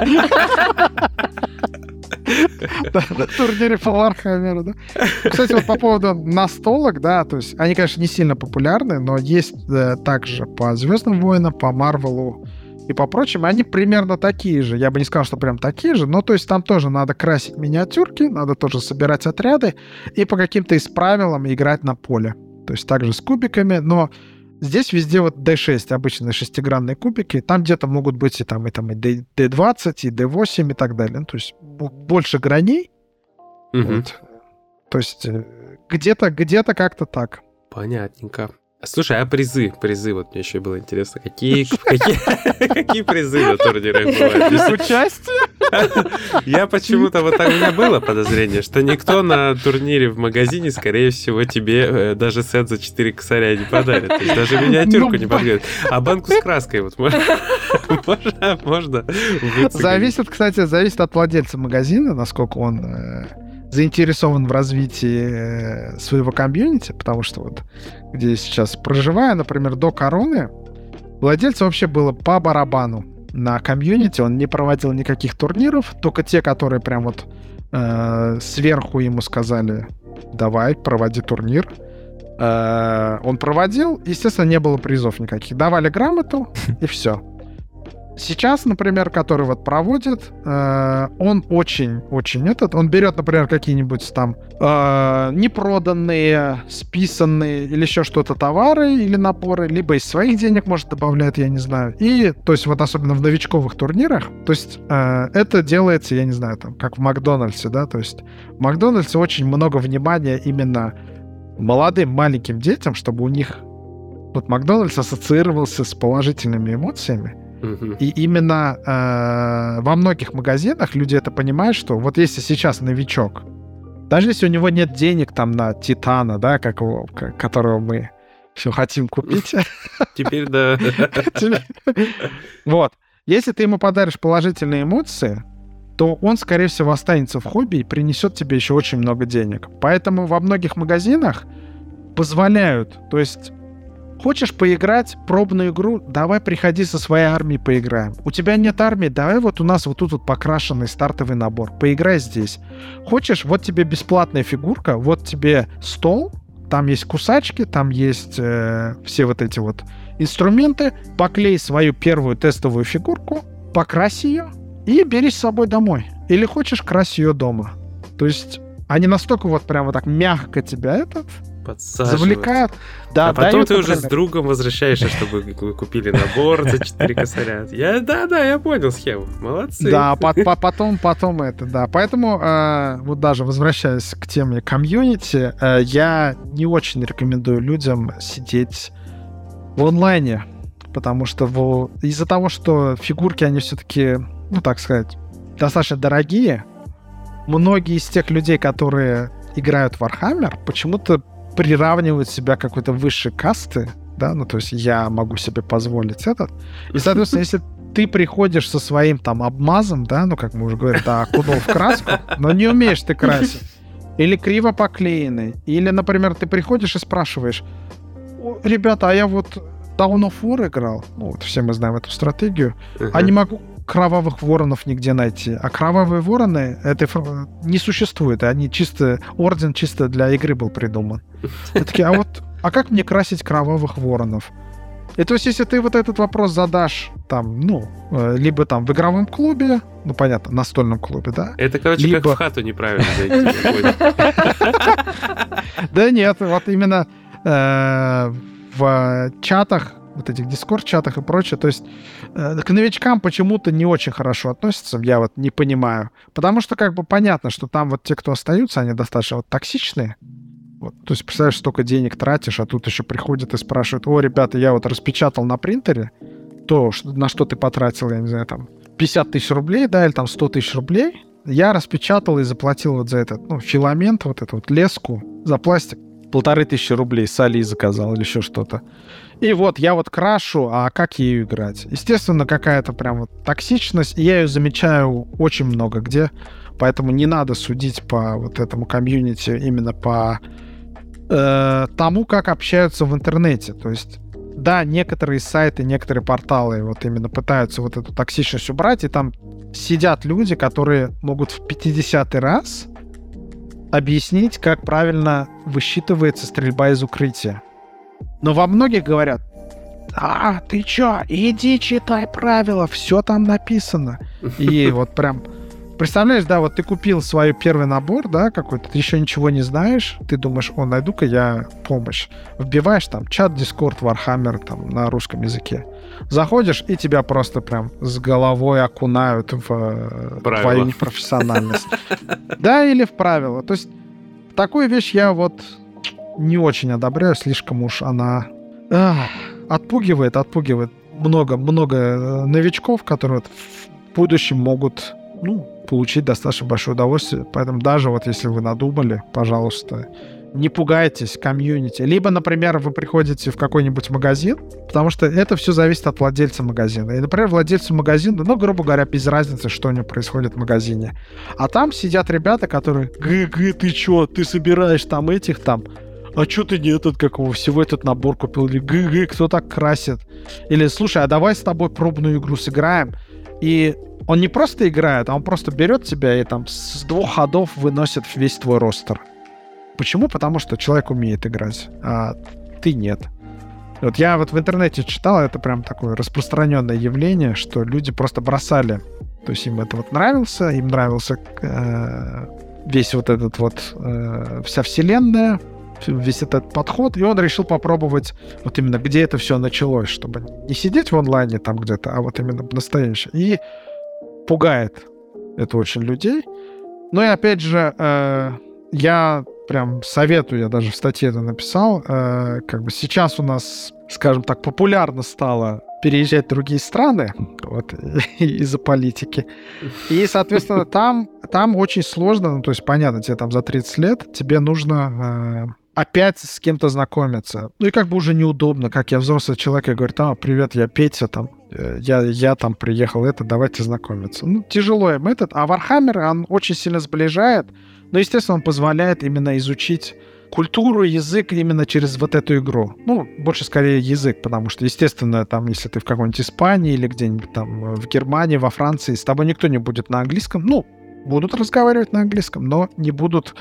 На турнире по Вархаммеру, да. Кстати, вот по поводу настолок, да, то есть они, конечно, не сильно популярны, но есть также по Звездным войнам, по Марвелу и по прочим, они примерно такие же. Я бы не сказал, что прям такие же, но то есть там тоже надо красить миниатюрки, надо тоже собирать отряды и по каким-то из правилам играть на поле. То есть также с кубиками, но здесь везде вот ди шесть, обычные шестигранные кубики, там где-то могут быть и там и, там, и ди двадцать, и ди восемь и так далее. Ну, то есть больше граней. Угу. Вот. То есть где-то, где-то как-то так. Понятненько. Слушай, а призы? Призы, вот мне еще было интересно. Какие, какие, какие призы на турнирах бывают? Участие? Я почему-то, вот так у меня было подозрение, что никто на турнире в магазине, скорее всего, тебе даже сет за четыре косаря не подарит. То есть даже миниатюрку не подарит. А банку с краской вот можно, можно, можно зависит, кстати, зависит от владельца магазина, насколько он заинтересован в развитии своего комьюнити, потому что вот где я сейчас проживаю, например, до короны, владельцу вообще было по барабану на комьюнити, он не проводил никаких турниров, только те, которые прям вот э, сверху ему сказали, давай, проводи турнир. Э, он проводил, естественно, не было призов никаких. Давали грамоту, и все. Сейчас, например, который вот проводит, э, он очень-очень этот, он берет, например, какие-нибудь там э, непроданные, списанные или еще что-то товары или напоры, либо из своих денег, может, добавляет, я не знаю. И, то есть, вот особенно в новичковых турнирах, то есть, э, это делается, я не знаю, там, как в Макдональдсе, да, то есть, в Макдональдсе очень много внимания именно молодым, маленьким детям, чтобы у них вот Макдональдс ассоциировался с положительными эмоциями. И именно э, во многих магазинах люди это понимают, что вот если сейчас новичок, даже если у него нет денег там на Титана, да, как его, как, которого мы все хотим купить. Теперь да. Вот. Если ты ему подаришь положительные эмоции, то он, скорее всего, останется в хобби и принесет тебе еще очень много денег. Поэтому во многих магазинах позволяют, то есть хочешь поиграть пробную игру, давай приходи со своей армией поиграем. У тебя нет армии, давай вот у нас вот тут вот покрашенный стартовый набор, поиграй здесь. Хочешь, вот тебе бесплатная фигурка, вот тебе стол, там есть кусачки, там есть э, все вот эти вот инструменты, поклей свою первую тестовую фигурку, покрась ее и бери с собой домой. Или хочешь, крась ее дома. То есть они настолько вот прямо так мягко тебя этот... завлекают. Да, а потом дают, ты например... уже с другом возвращаешься, чтобы вы купили набор за четыре косаря. Я, да, да, я понял схему. Молодцы. Да, по -по потом, потом это, да. Поэтому, э, вот даже возвращаясь к теме комьюнити, э, я не очень рекомендую людям сидеть в онлайне, потому что в... из-за того, что фигурки, они все-таки, ну, так сказать, достаточно дорогие, многие из тех людей, которые играют в Warhammer, почему-то приравнивают себя к какой-то высшей касты, да, ну, то есть я могу себе позволить этот. И, соответственно, если ты приходишь со своим там обмазом, да, ну, как мы уже говорили, да, окунул в краску, но не умеешь ты красить, или криво поклеенный, или, например, ты приходишь и спрашиваешь, ребята, а я вот Dawn of War играл, ну, вот все мы знаем эту стратегию, uh-huh. а не могу кровавых воронов нигде найти. А кровавые вороны это не существует. Они чисто... Орден чисто для игры был придуман. Я такие, а вот а как мне красить кровавых воронов? И то есть, если ты вот этот вопрос задашь там, ну, либо там в игровом клубе, ну, понятно, настольном клубе, да? Это, короче, либо... как в хату неправильно зайти. Да нет, вот именно в чатах, вот этих дискорд-чатах и прочее, то есть к новичкам почему-то не очень хорошо относятся, я вот не понимаю. Потому что как бы понятно, что там вот те, кто остаются, они достаточно вот токсичные. Вот. То есть, представляешь, столько денег тратишь, а тут еще приходят и спрашивают: о, ребята, я вот распечатал на принтере то, на что ты потратил, я не знаю, там, пятьдесят тысяч рублей, да, или там сто тысяч рублей. Я распечатал и заплатил вот за этот, ну, филамент, вот эту вот леску, за пластик. Полторы тысячи рублей с Али заказал или еще что-то. И вот я вот крашу, а как ею играть? Естественно, какая-то прям вот токсичность, и я ее замечаю очень много где, поэтому не надо судить по вот этому комьюнити именно по э, тому, как общаются в интернете. То есть, да, некоторые сайты, некоторые порталы вот именно пытаются вот эту токсичность убрать, и там сидят люди, которые могут в пятидесятый раз объяснить, как правильно высчитывается стрельба из укрытия. Но во многих говорят: а, ты чё, иди читай правила, все там написано. И вот прям, представляешь, да, вот ты купил свой первый набор, да, какой-то, ты еще ничего не знаешь, ты думаешь: о, найду-ка я помощь. Вбиваешь там чат, Discord, Warhammer там на русском языке. Заходишь, и тебя просто прям с головой окунают в правила. Твою непрофессиональность. Да, или в правила. То есть такую вещь я вот не очень одобряю, слишком уж она ах, отпугивает, отпугивает много-много новичков, которые вот в будущем могут, ну, получить достаточно большое удовольствие. Поэтому даже вот если вы надумали, пожалуйста, не пугайтесь комьюнити. Либо, например, вы приходите в какой-нибудь магазин, потому что это все зависит от владельца магазина. И, например, владельцу магазина, ну, грубо говоря, без разницы, что у него происходит в магазине. А там сидят ребята, которые: г-г, ты чё, ты собираешь там этих там, а чё ты не этот, какого, всего этот набор купил? Или г-г, кто так красит? Или: слушай, а давай с тобой пробную игру сыграем. И он не просто играет, а он просто берет тебя и там с двух ходов выносит весь твой ростер. Почему? Потому что человек умеет играть, а ты нет. Вот я вот в интернете читал, это прям такое распространенное явление, что люди просто бросали. То есть им это вот нравился, им нравился э, весь вот этот вот, э, вся вселенная, весь этот подход, и он решил попробовать вот именно, где это все началось, чтобы не сидеть в онлайне там где-то, а вот именно настоящее. И пугает это очень людей. Ну и опять же, э, я прям советую, я даже в статье это написал, э, как бы сейчас у нас, скажем так, популярно стало переезжать в другие страны вот, из-за политики. И, соответственно, там, там очень сложно, ну, то есть, понятно, тебе там за тридцать лет, тебе нужно э, опять с кем-то знакомиться. Ну и как бы уже неудобно, как я взрослый человек, я говорю: там, привет, я Петя, там, я, я там приехал, это, давайте знакомиться. Ну, тяжело им этот. А Warhammer, он очень сильно сближает, но, естественно, он позволяет именно изучить культуру, язык именно через вот эту игру. Ну, больше скорее язык, потому что, естественно, там, если ты в какой-нибудь Испании или где-нибудь там в Германии, во Франции, с тобой никто не будет на английском. Ну, будут разговаривать на английском, но не будут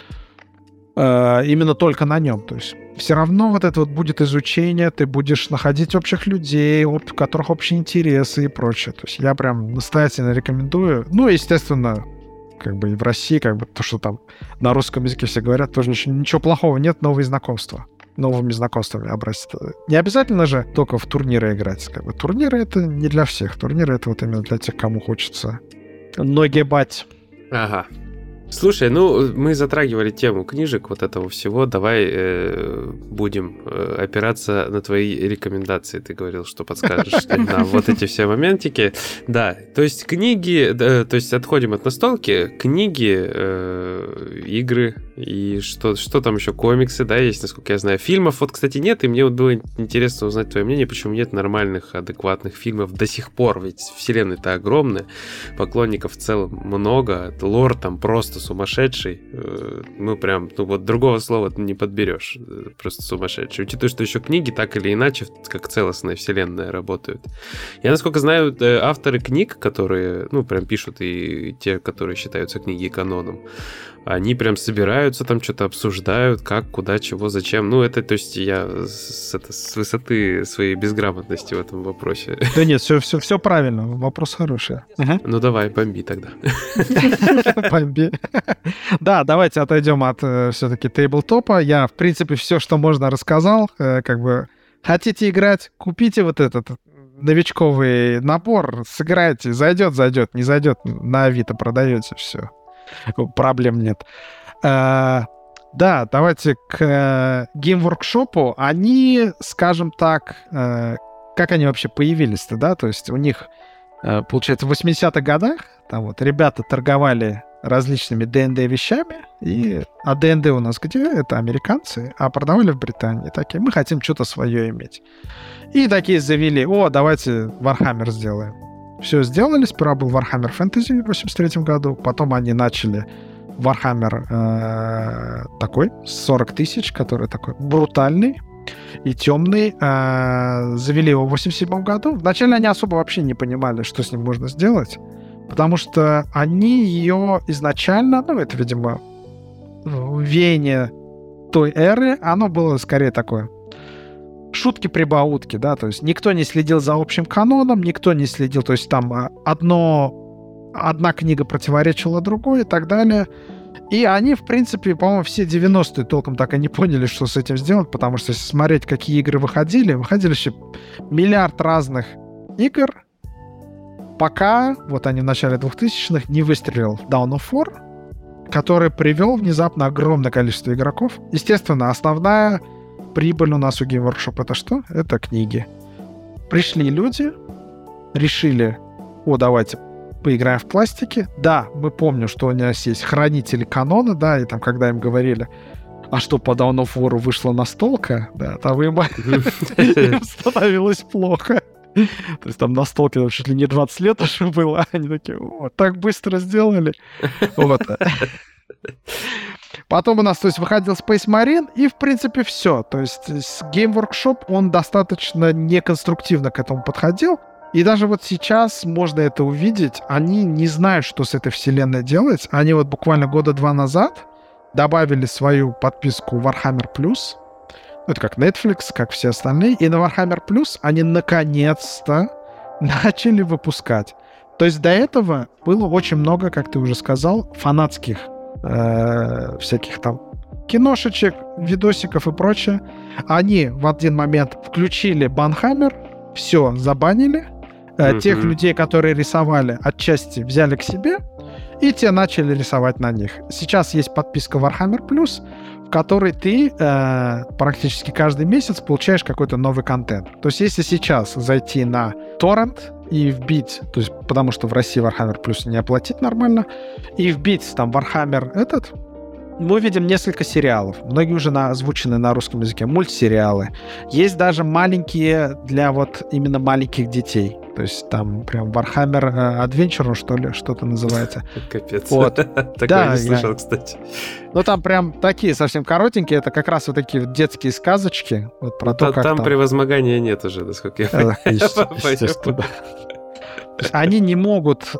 э, именно только на нем. То есть все равно вот это вот будет изучение, ты будешь находить общих людей, у которых общие интересы и прочее. То есть я прям настоятельно рекомендую. Ну, естественно, как бы и в России, как бы то, что там на русском языке все говорят, тоже ничего, ничего плохого нет, новые знакомства. Новыми знакомствами обратиться. Не обязательно же только в турниры играть. Как бы турниры — это не для всех. Турниры — это вот именно для тех, кому хочется нагибать. Ага. Слушай, ну, мы затрагивали тему книжек, вот этого всего. Давай э, будем э, опираться на твои рекомендации. Ты говорил, что подскажешь нам вот эти все моментики. Да, то есть книги, да, то есть отходим от настолки, книги, э, игры и что, что там еще, комиксы, да, есть, насколько я знаю. Фильмов вот, кстати, нет, и мне вот было интересно узнать твое мнение, почему нет нормальных, адекватных фильмов до сих пор, ведь вселенная-то огромная, поклонников в целом много, лор там просто сумасшедший, ну прям, ну вот другого слова не подберешь, просто сумасшедший. Учитывая, что еще книги так или иначе, как целостная вселенная, работают. Я, насколько знаю, авторы книг, которые, ну, прям пишут, и те, которые считаются книги каноном, они прям собирают собираются, там что-то обсуждают, как, куда, чего, зачем. Ну, это, то есть, я с, это, с высоты своей безграмотности в этом вопросе. Да нет, все, все, все правильно, вопрос хороший. Угу. Ну, давай, бомби тогда. Бомби. Да, давайте отойдем от все-таки тейблтопа. Я, в принципе, все, что можно, рассказал. Как бы хотите играть, купите вот этот новичковый набор, сыграйте, зайдет, зайдет, не зайдет, на Авито продаете, все. Проблем нет. А, да, давайте к гейм-воркшопу. Они, скажем так, как они вообще появились-то, да? То есть у них, получается, в восьмидесятых годах там вот ребята торговали различными ди энд ди вещами, и, а ди энд ди у нас где? Это американцы, а продавали в Британии. Такие, мы хотим что-то свое иметь. И такие завели, о, давайте Warhammer сделаем. Все сделали, сперва был Warhammer Fantasy в восемьдесят третьем году, потом они начали Warhammer э, такой, сорок тысяч, который такой брутальный и темный. Э, завели его в восемьдесят седьмом году. Вначале они особо вообще не понимали, что с ним можно сделать, потому что они ее изначально, ну, это, видимо, веяние той эры, оно было скорее такое шутки-прибаутки, да, то есть никто не следил за общим каноном, никто не следил, то есть там одно, одна книга противоречила другой и так далее. И они, в принципе, по-моему, все девяностые толком так и не поняли, что с этим сделать, потому что если смотреть, какие игры выходили, выходили еще миллиард разных игр, пока, вот они в начале двухтысячных, не выстрелил Dawn of War, который привел внезапно огромное количество игроков. Естественно, основная прибыль у нас у Game Workshop это что? Это книги. Пришли люди, решили, о, давайте поиграем в пластике. Да, мы помним, что у нас есть хранители канона, да, и там, когда им говорили, а что по Dawn of War вышла настолка, да, там им становилось плохо. То есть там настолке чуть ли не двадцать лет уже было, они такие, о, так быстро сделали. Вот. Потом у нас, то есть, выходил Space Marine, и, в принципе, все. То есть Game Workshop, он достаточно неконструктивно к этому подходил. И даже вот сейчас можно это увидеть. Они не знают, что с этой вселенной делать. Они вот буквально года два назад добавили свою подписку Warhammer Plus. Это как Netflix, как все остальные. И на Warhammer Plus они наконец-то начали выпускать. То есть до этого было очень много, как ты уже сказал, фанатских э, всяких там киношечек, видосиков и прочее. Они в один момент включили Банхаммер, все забанили. Э, mm-hmm. Тех людей, которые рисовали, отчасти взяли к себе, и те начали рисовать на них. Сейчас есть подписка Warhammer Plus, в которой ты э, практически каждый месяц получаешь какой-то новый контент. То есть если сейчас зайти на торрент и вбить, то есть потому что в России Warhammer Plus не оплатить нормально, и вбить там Warhammer этот, мы видим несколько сериалов. Многие уже на, озвучены на русском языке. Мультсериалы. Есть даже маленькие для вот именно маленьких детей. То есть там прям Warhammer Adventure, что ли, что-то называется. Капец. Вот. Такое не слышал, кстати. Ну там прям такие совсем коротенькие. Это как раз вот такие вот детские сказочки. Вот про то, как там превозмогания нет уже, насколько я понимаю. Естественно. Они не могут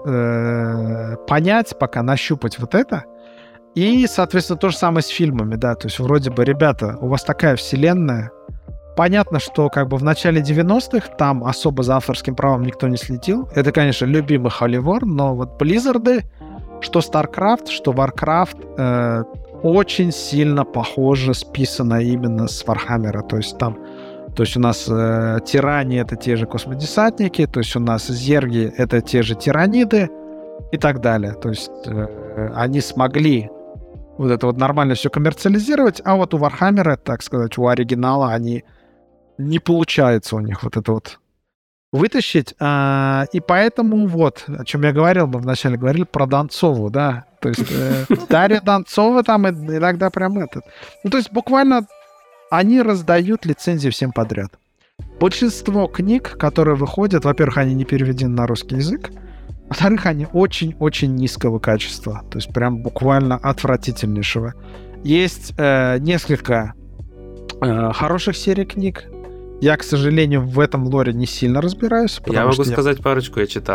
понять, пока нащупать вот это. И, соответственно, то же самое с фильмами, да, то есть вроде бы, ребята, у вас такая вселенная, понятно, что как бы в начале девяностых там особо за авторским правом никто не следил, это, конечно, любимый Холливор, но вот Blizzard, что StarCraft, что Warcraft, э, очень сильно похоже списано именно с Warhammer, то есть там, то есть у нас э, тирани — это те же космодесантники, то есть у нас зерги — это те же тираниды и так далее, то есть э, они смогли вот это вот нормально все коммерциализировать, а вот у Warhammer, так сказать, у оригинала они не получается у них вот это вот вытащить. А, и поэтому вот, о чем я говорил, мы вначале говорили про Донцову, да, то есть э, Дарья Донцова там иногда прям этот. Ну, то есть буквально они раздают лицензии всем подряд. Большинство книг, которые выходят, во-первых, они не переведены на русский язык, во-вторых, они очень-очень низкого качества. То есть прям буквально отвратительнейшего. Есть э, несколько э, хороших серий книг. Я, к сожалению, в этом лоре не сильно разбираюсь. Я могу сказать я... парочку, я читал.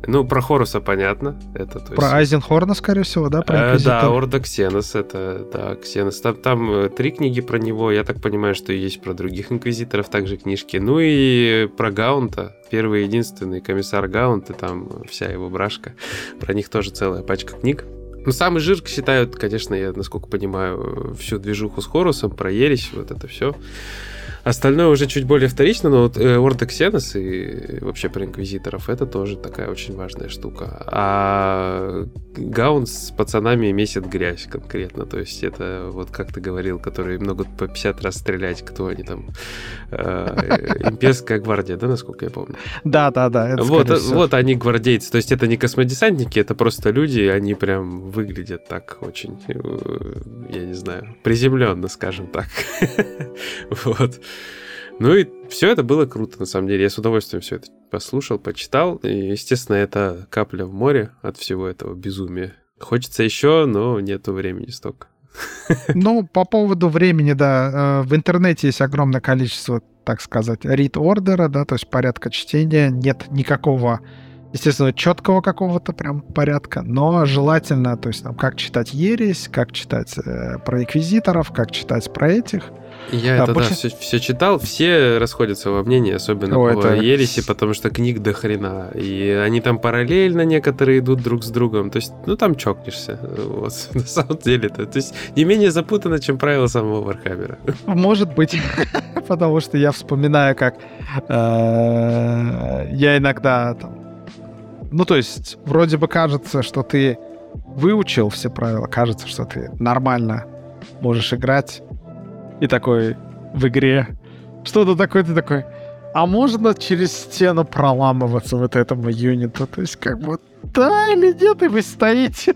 Ну, про Хоруса понятно. Это, то про есть... Айзенхорна, скорее всего, да? Про э, да, Орда Ксенос, это, да, Ксенос. Там, там э, три книги про него, я так понимаю, что есть про других инквизиторов также книжки. Ну и про Гаунта, первый и единственный комиссар Гаунт, и там вся его брашка. Про них тоже целая пачка книг. Ну, самый жир считают, конечно, я, насколько понимаю, всю движуху с Хорусом, про ересь, вот это все. Остальное уже чуть более вторично, но вот Орда Ксенос и вообще про инквизиторов это тоже такая очень важная штука. А Гаун с пацанами месит грязь конкретно. То есть это вот как ты говорил, которые могут по пятьдесят раз стрелять, кто они там. Э, имперская гвардия, да, насколько я помню? Да, да, да. Вот, вот они гвардейцы. То есть это не космодесантники, это просто люди, они прям выглядят так очень, я не знаю, приземленно, скажем так. Вот. Ну и все это было круто, на самом деле. Я с удовольствием все это послушал, почитал. И, естественно, это капля в море от всего этого безумия. Хочется еще, но нету времени столько. Ну, по поводу времени, да, в интернете есть огромное количество, так сказать, read-ордера, да, то есть порядка чтения. Нет никакого, естественно, четкого какого-то прям порядка, но желательно, то есть там, как читать ересь, как читать э, про инквизиторов, как читать про этих. Я а, это, больше... да, все, все читал, все расходятся во мнении, особенно О, по это... ереси, потому что книг до хрена, и они там параллельно некоторые идут друг с другом, то есть, ну, там чокнешься, вот, на самом деле-то, то есть, не менее запутанно, чем правила самого Вархаммера. Может быть, потому что я вспоминаю, как я иногда там, ну, то есть, вроде бы кажется, что ты выучил все правила, кажется, что ты нормально можешь играть, и такой в игре что-то такое, ты такой, а можно через стену проламываться вот этому юниту? То есть как бы, да или нет, и вы стоите,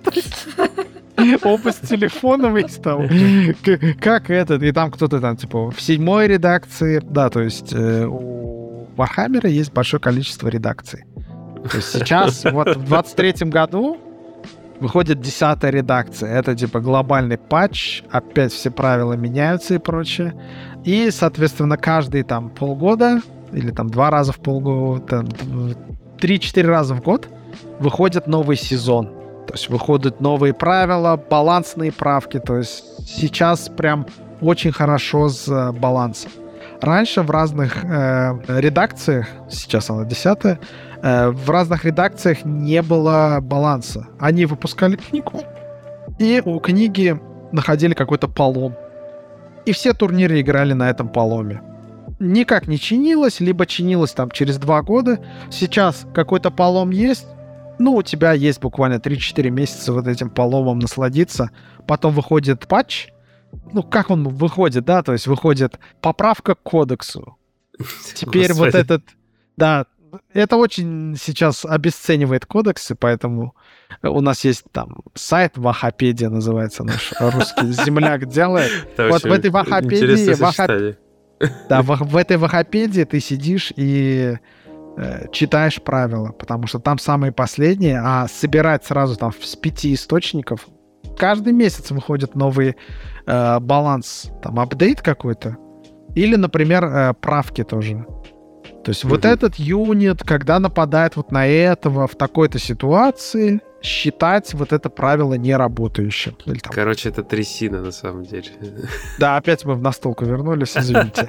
оба с телефоном и там, как этот, и там кто-то там, типа, в седьмой редакции, да, то есть у Warhammer есть большое количество редакций. То есть сейчас, вот в двадцать третьем году выходит десятая редакция. Это типа глобальный патч. Опять все правила меняются и прочее. И, соответственно, каждые там полгода или там два раза в полгода, три-четыре раза в год выходит новый сезон. То есть выходят новые правила, балансные правки. То есть сейчас прям очень хорошо с балансом. Раньше в разных э, редакциях, сейчас она десятая, э, в разных редакциях не было баланса. Они выпускали книгу, и у книги находили какой-то полом. И все турниры играли на этом поломе. Никак не чинилось, либо чинилось там через два года. Сейчас какой-то полом есть, ну, у тебя есть буквально три-четыре месяца вот этим поломом насладиться. Потом выходит патч. Ну, как он выходит, да? То есть выходит поправка к кодексу. Теперь Господи. Вот этот... Да, это очень сейчас обесценивает кодексы, поэтому у нас есть там сайт Вахапедия, называется наш русский земляк делает. Вот в этой Вахапедии... Вахап... Да, в, в этой Вахапедии ты сидишь и э, читаешь правила, потому что там самые последние, а собирать сразу там с пяти источников. Каждый месяц выходит новый э, баланс, там, апдейт какой-то. Или, например, э, правки тоже. То есть mm-hmm. вот этот юнит, когда нападает вот на этого в такой-то ситуации, считать вот это правило неработающим. Или, там... Короче, это трясина на самом деле. Да, опять мы в настолку вернулись, извините.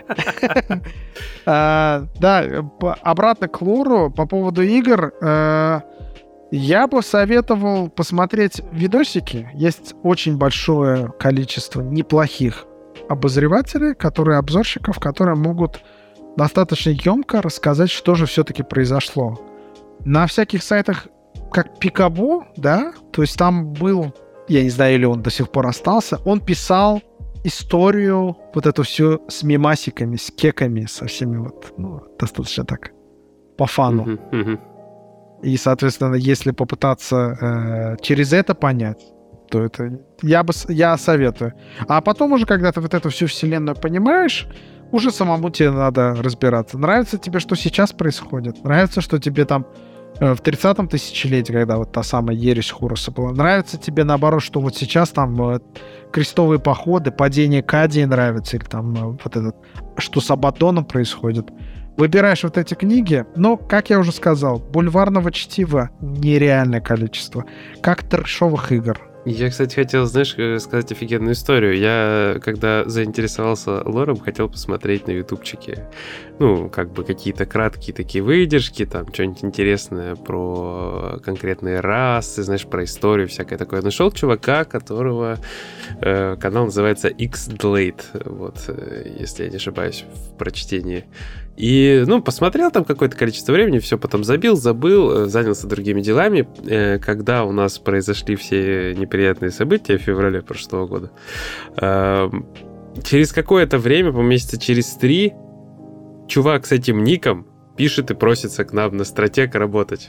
Да, обратно к лору по поводу игр... Я бы советовал посмотреть видосики. Есть очень большое количество неплохих обозревателей, которые обзорщиков, которые могут достаточно емко рассказать, что же все-таки произошло. На всяких сайтах, как Пикабу, да, то есть там был, я не знаю, или он до сих пор остался, он писал историю вот эту всю с мемасиками, с кеками, со всеми вот, ну, достаточно так, по фану. Uh-huh, uh-huh. И, соответственно, если попытаться э, через это понять, то это я бы я советую. А потом уже, когда ты вот эту всю вселенную понимаешь, уже самому тебе надо разбираться. Нравится тебе, что сейчас происходит? Нравится, что тебе там э, в тридцатом тысячелетии, когда вот та самая ересь Хоруса была, нравится тебе, наоборот, что вот сейчас там э, крестовые походы, падение Кадии нравится, или там э, вот этот, что с Абаддоном происходит. выбираешь вот эти книги, но, как я уже сказал, бульварного чтива нереальное количество, как трэшовых игр. Я, кстати, хотел, знаешь, сказать офигенную историю. Я, когда заинтересовался лором, хотел посмотреть на ютубчике, ну, как бы какие-то краткие такие выдержки, там, что-нибудь интересное про конкретные расы, знаешь, про историю, всякое такое. Нашел чувака, которого э, канал называется X-Blade, вот, э, если я не ошибаюсь в прочтении. И, ну, посмотрел там какое-то количество времени, все потом забил, забыл, занялся другими делами. Когда у нас произошли все неприятные события в феврале прошлого года, через какое-то время, по месяца через три, чувак с этим ником пишет и просится к нам на стратег работать.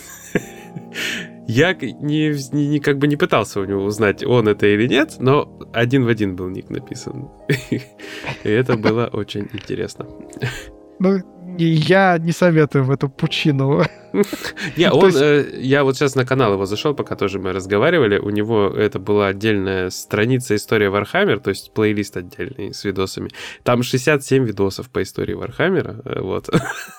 Я не, не, как бы не пытался у него узнать, он это или нет, но один в один был ник написан. И это было очень интересно. Ну, я не советую в эту пучину. Не, он, есть... э, я вот сейчас на канал его зашел, пока тоже мы разговаривали. У него это была отдельная страница «История Вархаммер», то есть плейлист отдельный с видосами. Там шестьдесят семь видосов по истории Вархаммера. Вот.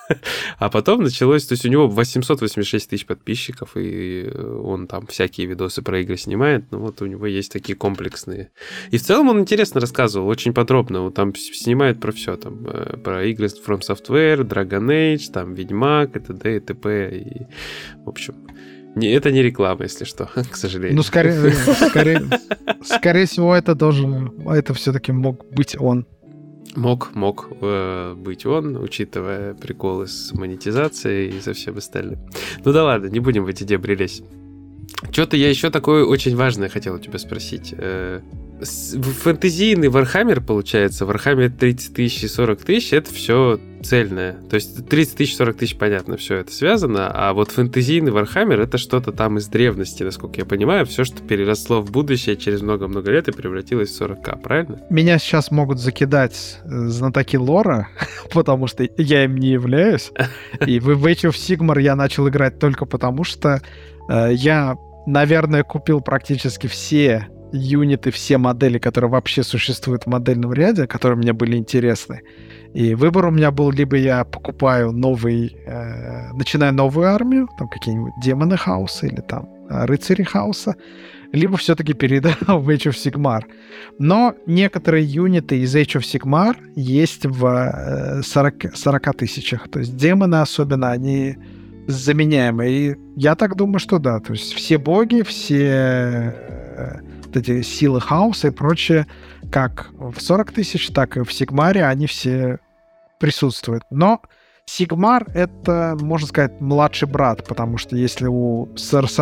А потом началось... То есть у него восемьсот восемьдесят шесть тысяч подписчиков, и он там всякие видосы про игры снимает. Ну вот у него есть такие комплексные. И в целом он интересно рассказывал, очень подробно. Он там снимает про все. Там, про игры From Software, Dragon Age, там Ведьмак, и т.д. и т.п. И, в общем, не, это не реклама, если что, к сожалению. Ну, скорее, скорее, скорее всего, это должен, это все-таки мог быть он. Мог, мог э, быть он, учитывая приколы с монетизацией и со всем остальным. Ну да ладно, не будем в эти дебри лезть. Что-то я еще такое очень важное хотел у тебя спросить. Э, фэнтезийный Warhammer, получается, Warhammer тридцать тысяч и сорок тысяч, это все цельное. То есть тридцать тысяч, сорок тысяч, понятно, все это связано, а вот фэнтезийный Warhammer это что-то там из древности, насколько я понимаю, все, что переросло в будущее через много-много лет и превратилось в сорок тысяч, правильно? Меня сейчас могут закидать знатоки лора, потому что я им не являюсь, и в Age of Sigmar я начал играть только потому, что э, я, наверное, купил практически все юниты, все модели, которые вообще существуют в модельном ряде, которые мне были интересны. И выбор у меня был, либо я покупаю новый, э, начинаю новую армию, там какие-нибудь демоны хаоса или там рыцари хаоса, либо все-таки перейду в Age of Sigmar. Но некоторые юниты из Age of Sigmar есть в э, сорока тысячах. То есть демоны особенно, они заменяемые. И я так думаю, что да. То есть все боги, все... Э, эти силы хаоса и прочее, как в сорок тысяч, так и в Сигмаре, они все присутствуют. Но Сигмар — это, можно сказать, младший брат, потому что если у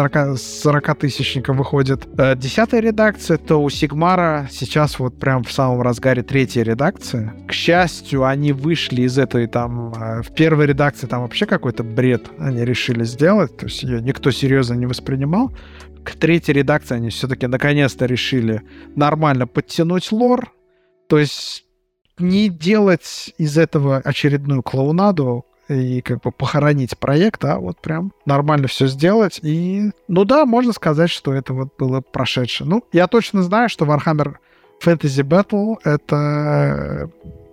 сорокатысячника выходит э, десятая редакция, то у Сигмара сейчас вот прям в самом разгаре третья редакция. К счастью, они вышли из этой там... Э, в первой редакции там вообще какой-то бред они решили сделать, то есть ее никто серьезно не воспринимал. К третьей редакции они все-таки наконец-то решили нормально подтянуть лор, то есть не делать из этого очередную клоунаду и как бы похоронить проект, а вот прям нормально все сделать. И, ну да, можно сказать, что это вот было прошедшее. Ну, я точно знаю, что Warhammer Fantasy Battle — это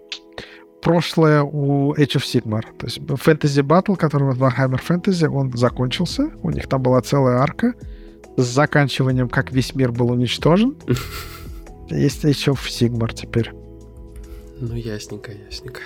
прошлое у Age of Sigmar. То есть Fantasy Battle, который в Warhammer Fantasy, он закончился. У них там была целая арка с заканчиванием, как весь мир был уничтожен. Есть Age of Sigmar теперь. Ну, ясненько, ясненько.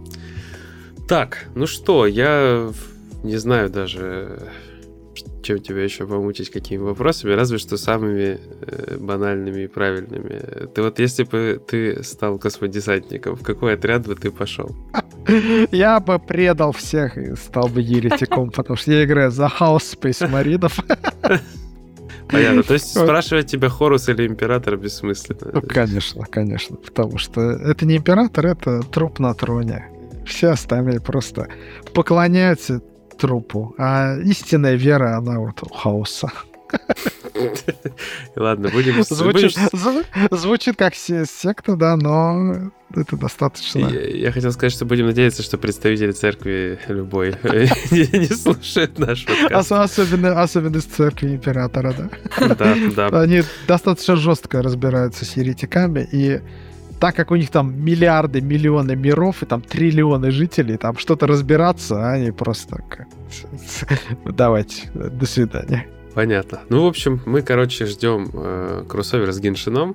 Так, ну что, я не знаю даже, чем тебя еще помучить, какими вопросами, разве что самыми э, банальными и правильными. Ты вот если бы ты стал космодесантником, в какой отряд бы ты пошел? Я бы предал всех и стал бы еретиком, потому что я играю за House Space Marines. Понятно. То есть спрашивать тебя Хорус или Император бессмысленно. Ну, конечно, конечно. Потому что это не Император, это труп на троне. Все остальные просто поклоняются трупу. А истинная вера, она вот у Хаоса. Ладно, будем... Звучит, будем... звучит как секта, да, но это достаточно... Я, я хотел сказать, что будем надеяться, что представители церкви любой не, не слушают наш подкаст. Особенно, особенно с церкви Императора, да? Да, да. Они достаточно жестко разбираются с еретиками, и так как у них там миллиарды, миллионы миров и там триллионы жителей, там что-то разбираться, а они просто... Давайте, до свидания. Понятно. Ну, в общем, мы, короче, ждем э, кроссовер с Геншином.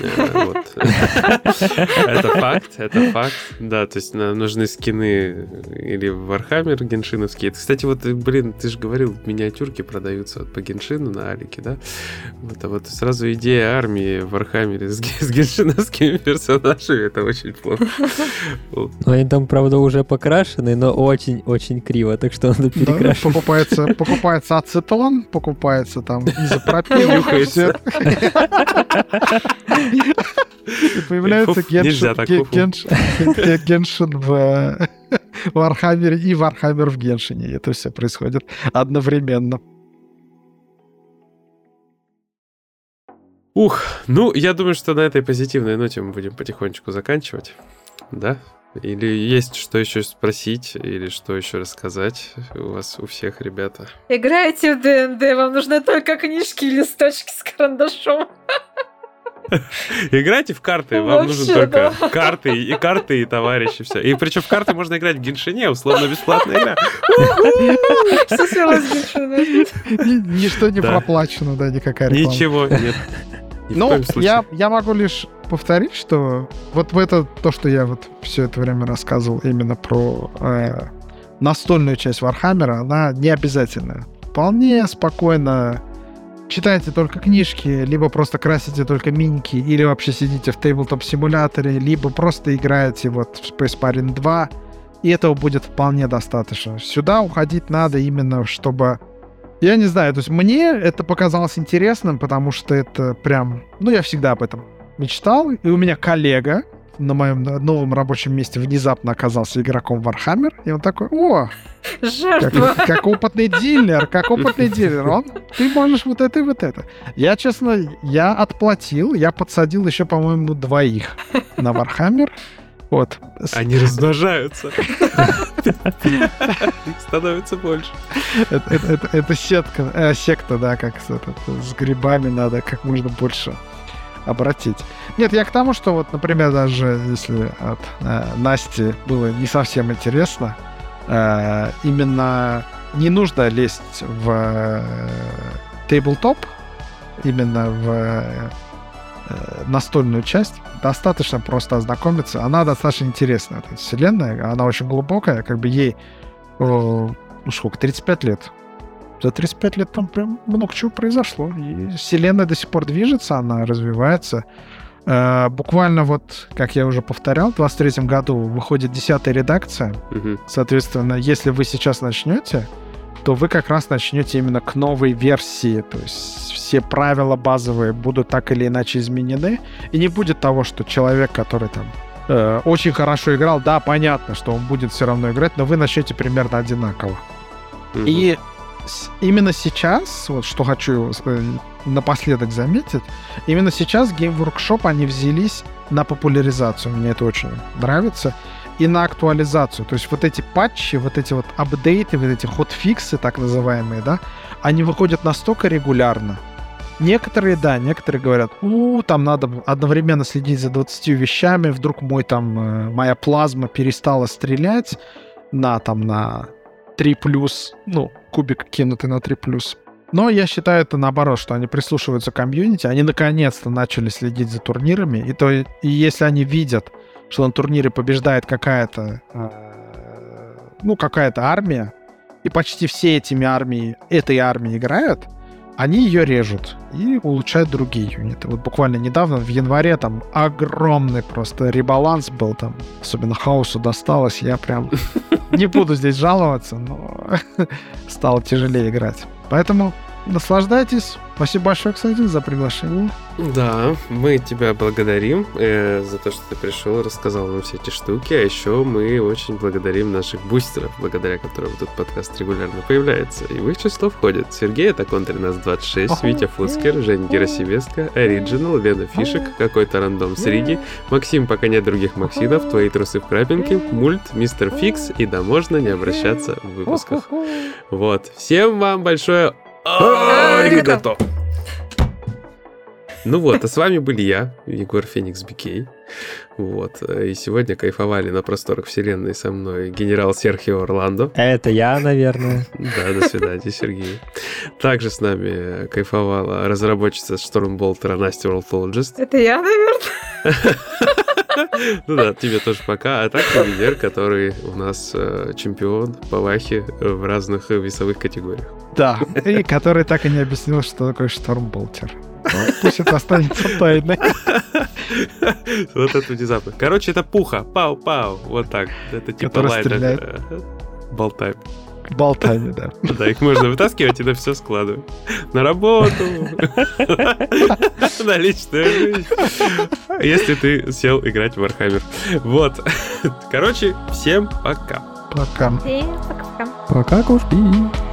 Это факт, это факт. Да, то есть нам нужны скины или Warhammer геншиновские. Кстати, вот, блин, ты же говорил, миниатюрки продаются вот по Геншину на Алике, да? Вот, а вот сразу идея армии в Warhammer с геншиновскими персонажами, это очень плохо. Ну, они там, правда, уже покрашены, но очень-очень криво, так что надо перекрашивать. Покупается ацетон, покупается там изопропил, все это. И появляется Геншин в Warhammer и Warhammer в Геншине. Это все происходит одновременно. Ух, ну, я думаю, что на этой позитивной ноте мы будем потихонечку заканчивать. Да? Или есть что еще спросить, или что еще рассказать у вас, у всех, ребята? Играете в ди энд ди, вам нужны только книжки и листочки с карандашом. Играйте в карты, вам нужны только карты и карты и товарищи, все. И причем в карты можно играть в Геншине, условно-бесплатная игра. Все свелось в Геншине. Ничто не проплачено, да, никакая реклама. Ничего нет. Ну, я, я могу лишь повторить, что вот в это то, что я вот все это время рассказывал именно про э, настольную часть Вархаммера, она не обязательная. Вполне спокойно читайте только книжки, либо просто красите только миньки, или вообще сидите в тейблтоп-симуляторе, либо просто играете вот в Space Marine два, и этого будет вполне достаточно. Сюда уходить надо именно, чтобы... Я не знаю, то есть мне это показалось интересным, потому что это прям... Ну, я всегда об этом мечтал, и у меня коллега на моем новом рабочем месте внезапно оказался игроком Warhammer, и он такой: о, жертва. Как, как опытный дилер, как опытный дилер, он, ты можешь вот это и вот это. Я, честно, я отплатил, я подсадил еще, по-моему, двоих на Warhammer. Вот. Они размножаются. Их становится больше. Это, это, это, это сетка, э, секта, да, как с, это, с грибами надо как можно больше обратить. Нет, я к тому, что вот, например, даже если от э, Насти было не совсем интересно, э, именно не нужно лезть в э, тейблтоп, именно в э, настольную часть. Достаточно просто ознакомиться. Она достаточно интересная, эта вселенная. Она очень глубокая. Как бы ей, о, ну сколько, тридцать пять лет. За тридцать пять лет там прям много чего произошло. И вселенная до сих пор движется, она развивается. Э, буквально вот, как я уже повторял, в двадцать третьем году выходит десятая редакция. Угу. Соответственно, если вы сейчас начнете, то вы как раз начнете именно к новой версии. То есть все правила базовые будут так или иначе изменены. И не будет того, что человек, который там э, очень хорошо играл, да, понятно, что он будет все равно играть, но вы начнете примерно одинаково. Mm-hmm. И с, именно сейчас, вот что хочу напоследок заметить, именно сейчас Game Workshop, они взялись на популяризацию. Мне это очень нравится. И на актуализацию. То есть вот эти патчи, вот эти вот апдейты, вот эти хотфиксы, так называемые, да, они выходят настолько регулярно. Некоторые, да, некоторые говорят: у, там надо одновременно следить за двадцатью вещами, вдруг мой там, моя плазма перестала стрелять на там на три плюс, ну, кубик кинутый на три плюс. Но я считаю это наоборот, что они прислушиваются к комьюнити, они наконец-то начали следить за турнирами, и, то, и если они видят, что на турнире побеждает какая-то, э, ну, какая-то армия, и почти все этими армии, этой армии играют, они ее режут и улучшают другие юниты. Вот буквально недавно, в январе, там огромный просто ребаланс был, там, особенно Хаусу досталось, я прям не буду здесь жаловаться, но стало тяжелее играть. Поэтому наслаждайтесь. Спасибо большое, кстати, за приглашение. Да, мы тебя благодарим э, за то, что ты пришел и рассказал нам все эти штуки. А еще мы очень благодарим наших бустеров, благодаря которым этот подкаст регулярно появляется. И в их число входят Сергей Атакон тринадцать двадцать шесть, Витя Фуцкер, Женя Герасимеско, Ориджинал, Лена Фишек, какой-то рандом с Риги, Максим, пока нет других Максинов, Твои трусы в крапинке, Мульт, Мистер Фикс и Да можно не обращаться в выпусках. Вот. Всем вам большое аригато! Ну вот, а с вами были я, Егор Феникс Бикей. Вот. И сегодня кайфовали на просторах вселенной со мной генерал Серхио Орландо. Это я, наверное. Да, до свидания, Сергей. Также с нами кайфовала разработчица Stormbolter Настя Worldologist. Это я, наверное. Ну да, тебе тоже пока. А так Венер, который у нас э, чемпион по вахе в разных весовых категориях. Да, и который так и не объяснил, что такое Штормболтер. Пусть это останется тайной. Вот это внезапно. Короче, это пуха. Пау-пау. Вот так. Это типа лайт. Болтаем. Болтами, да. Да, их можно вытаскивать и на все складывать. На работу. На личную жизнь. Если ты сел играть в Warhammer. Вот. Короче, всем пока. Пока. Всем пока-пока. Пока, кушки.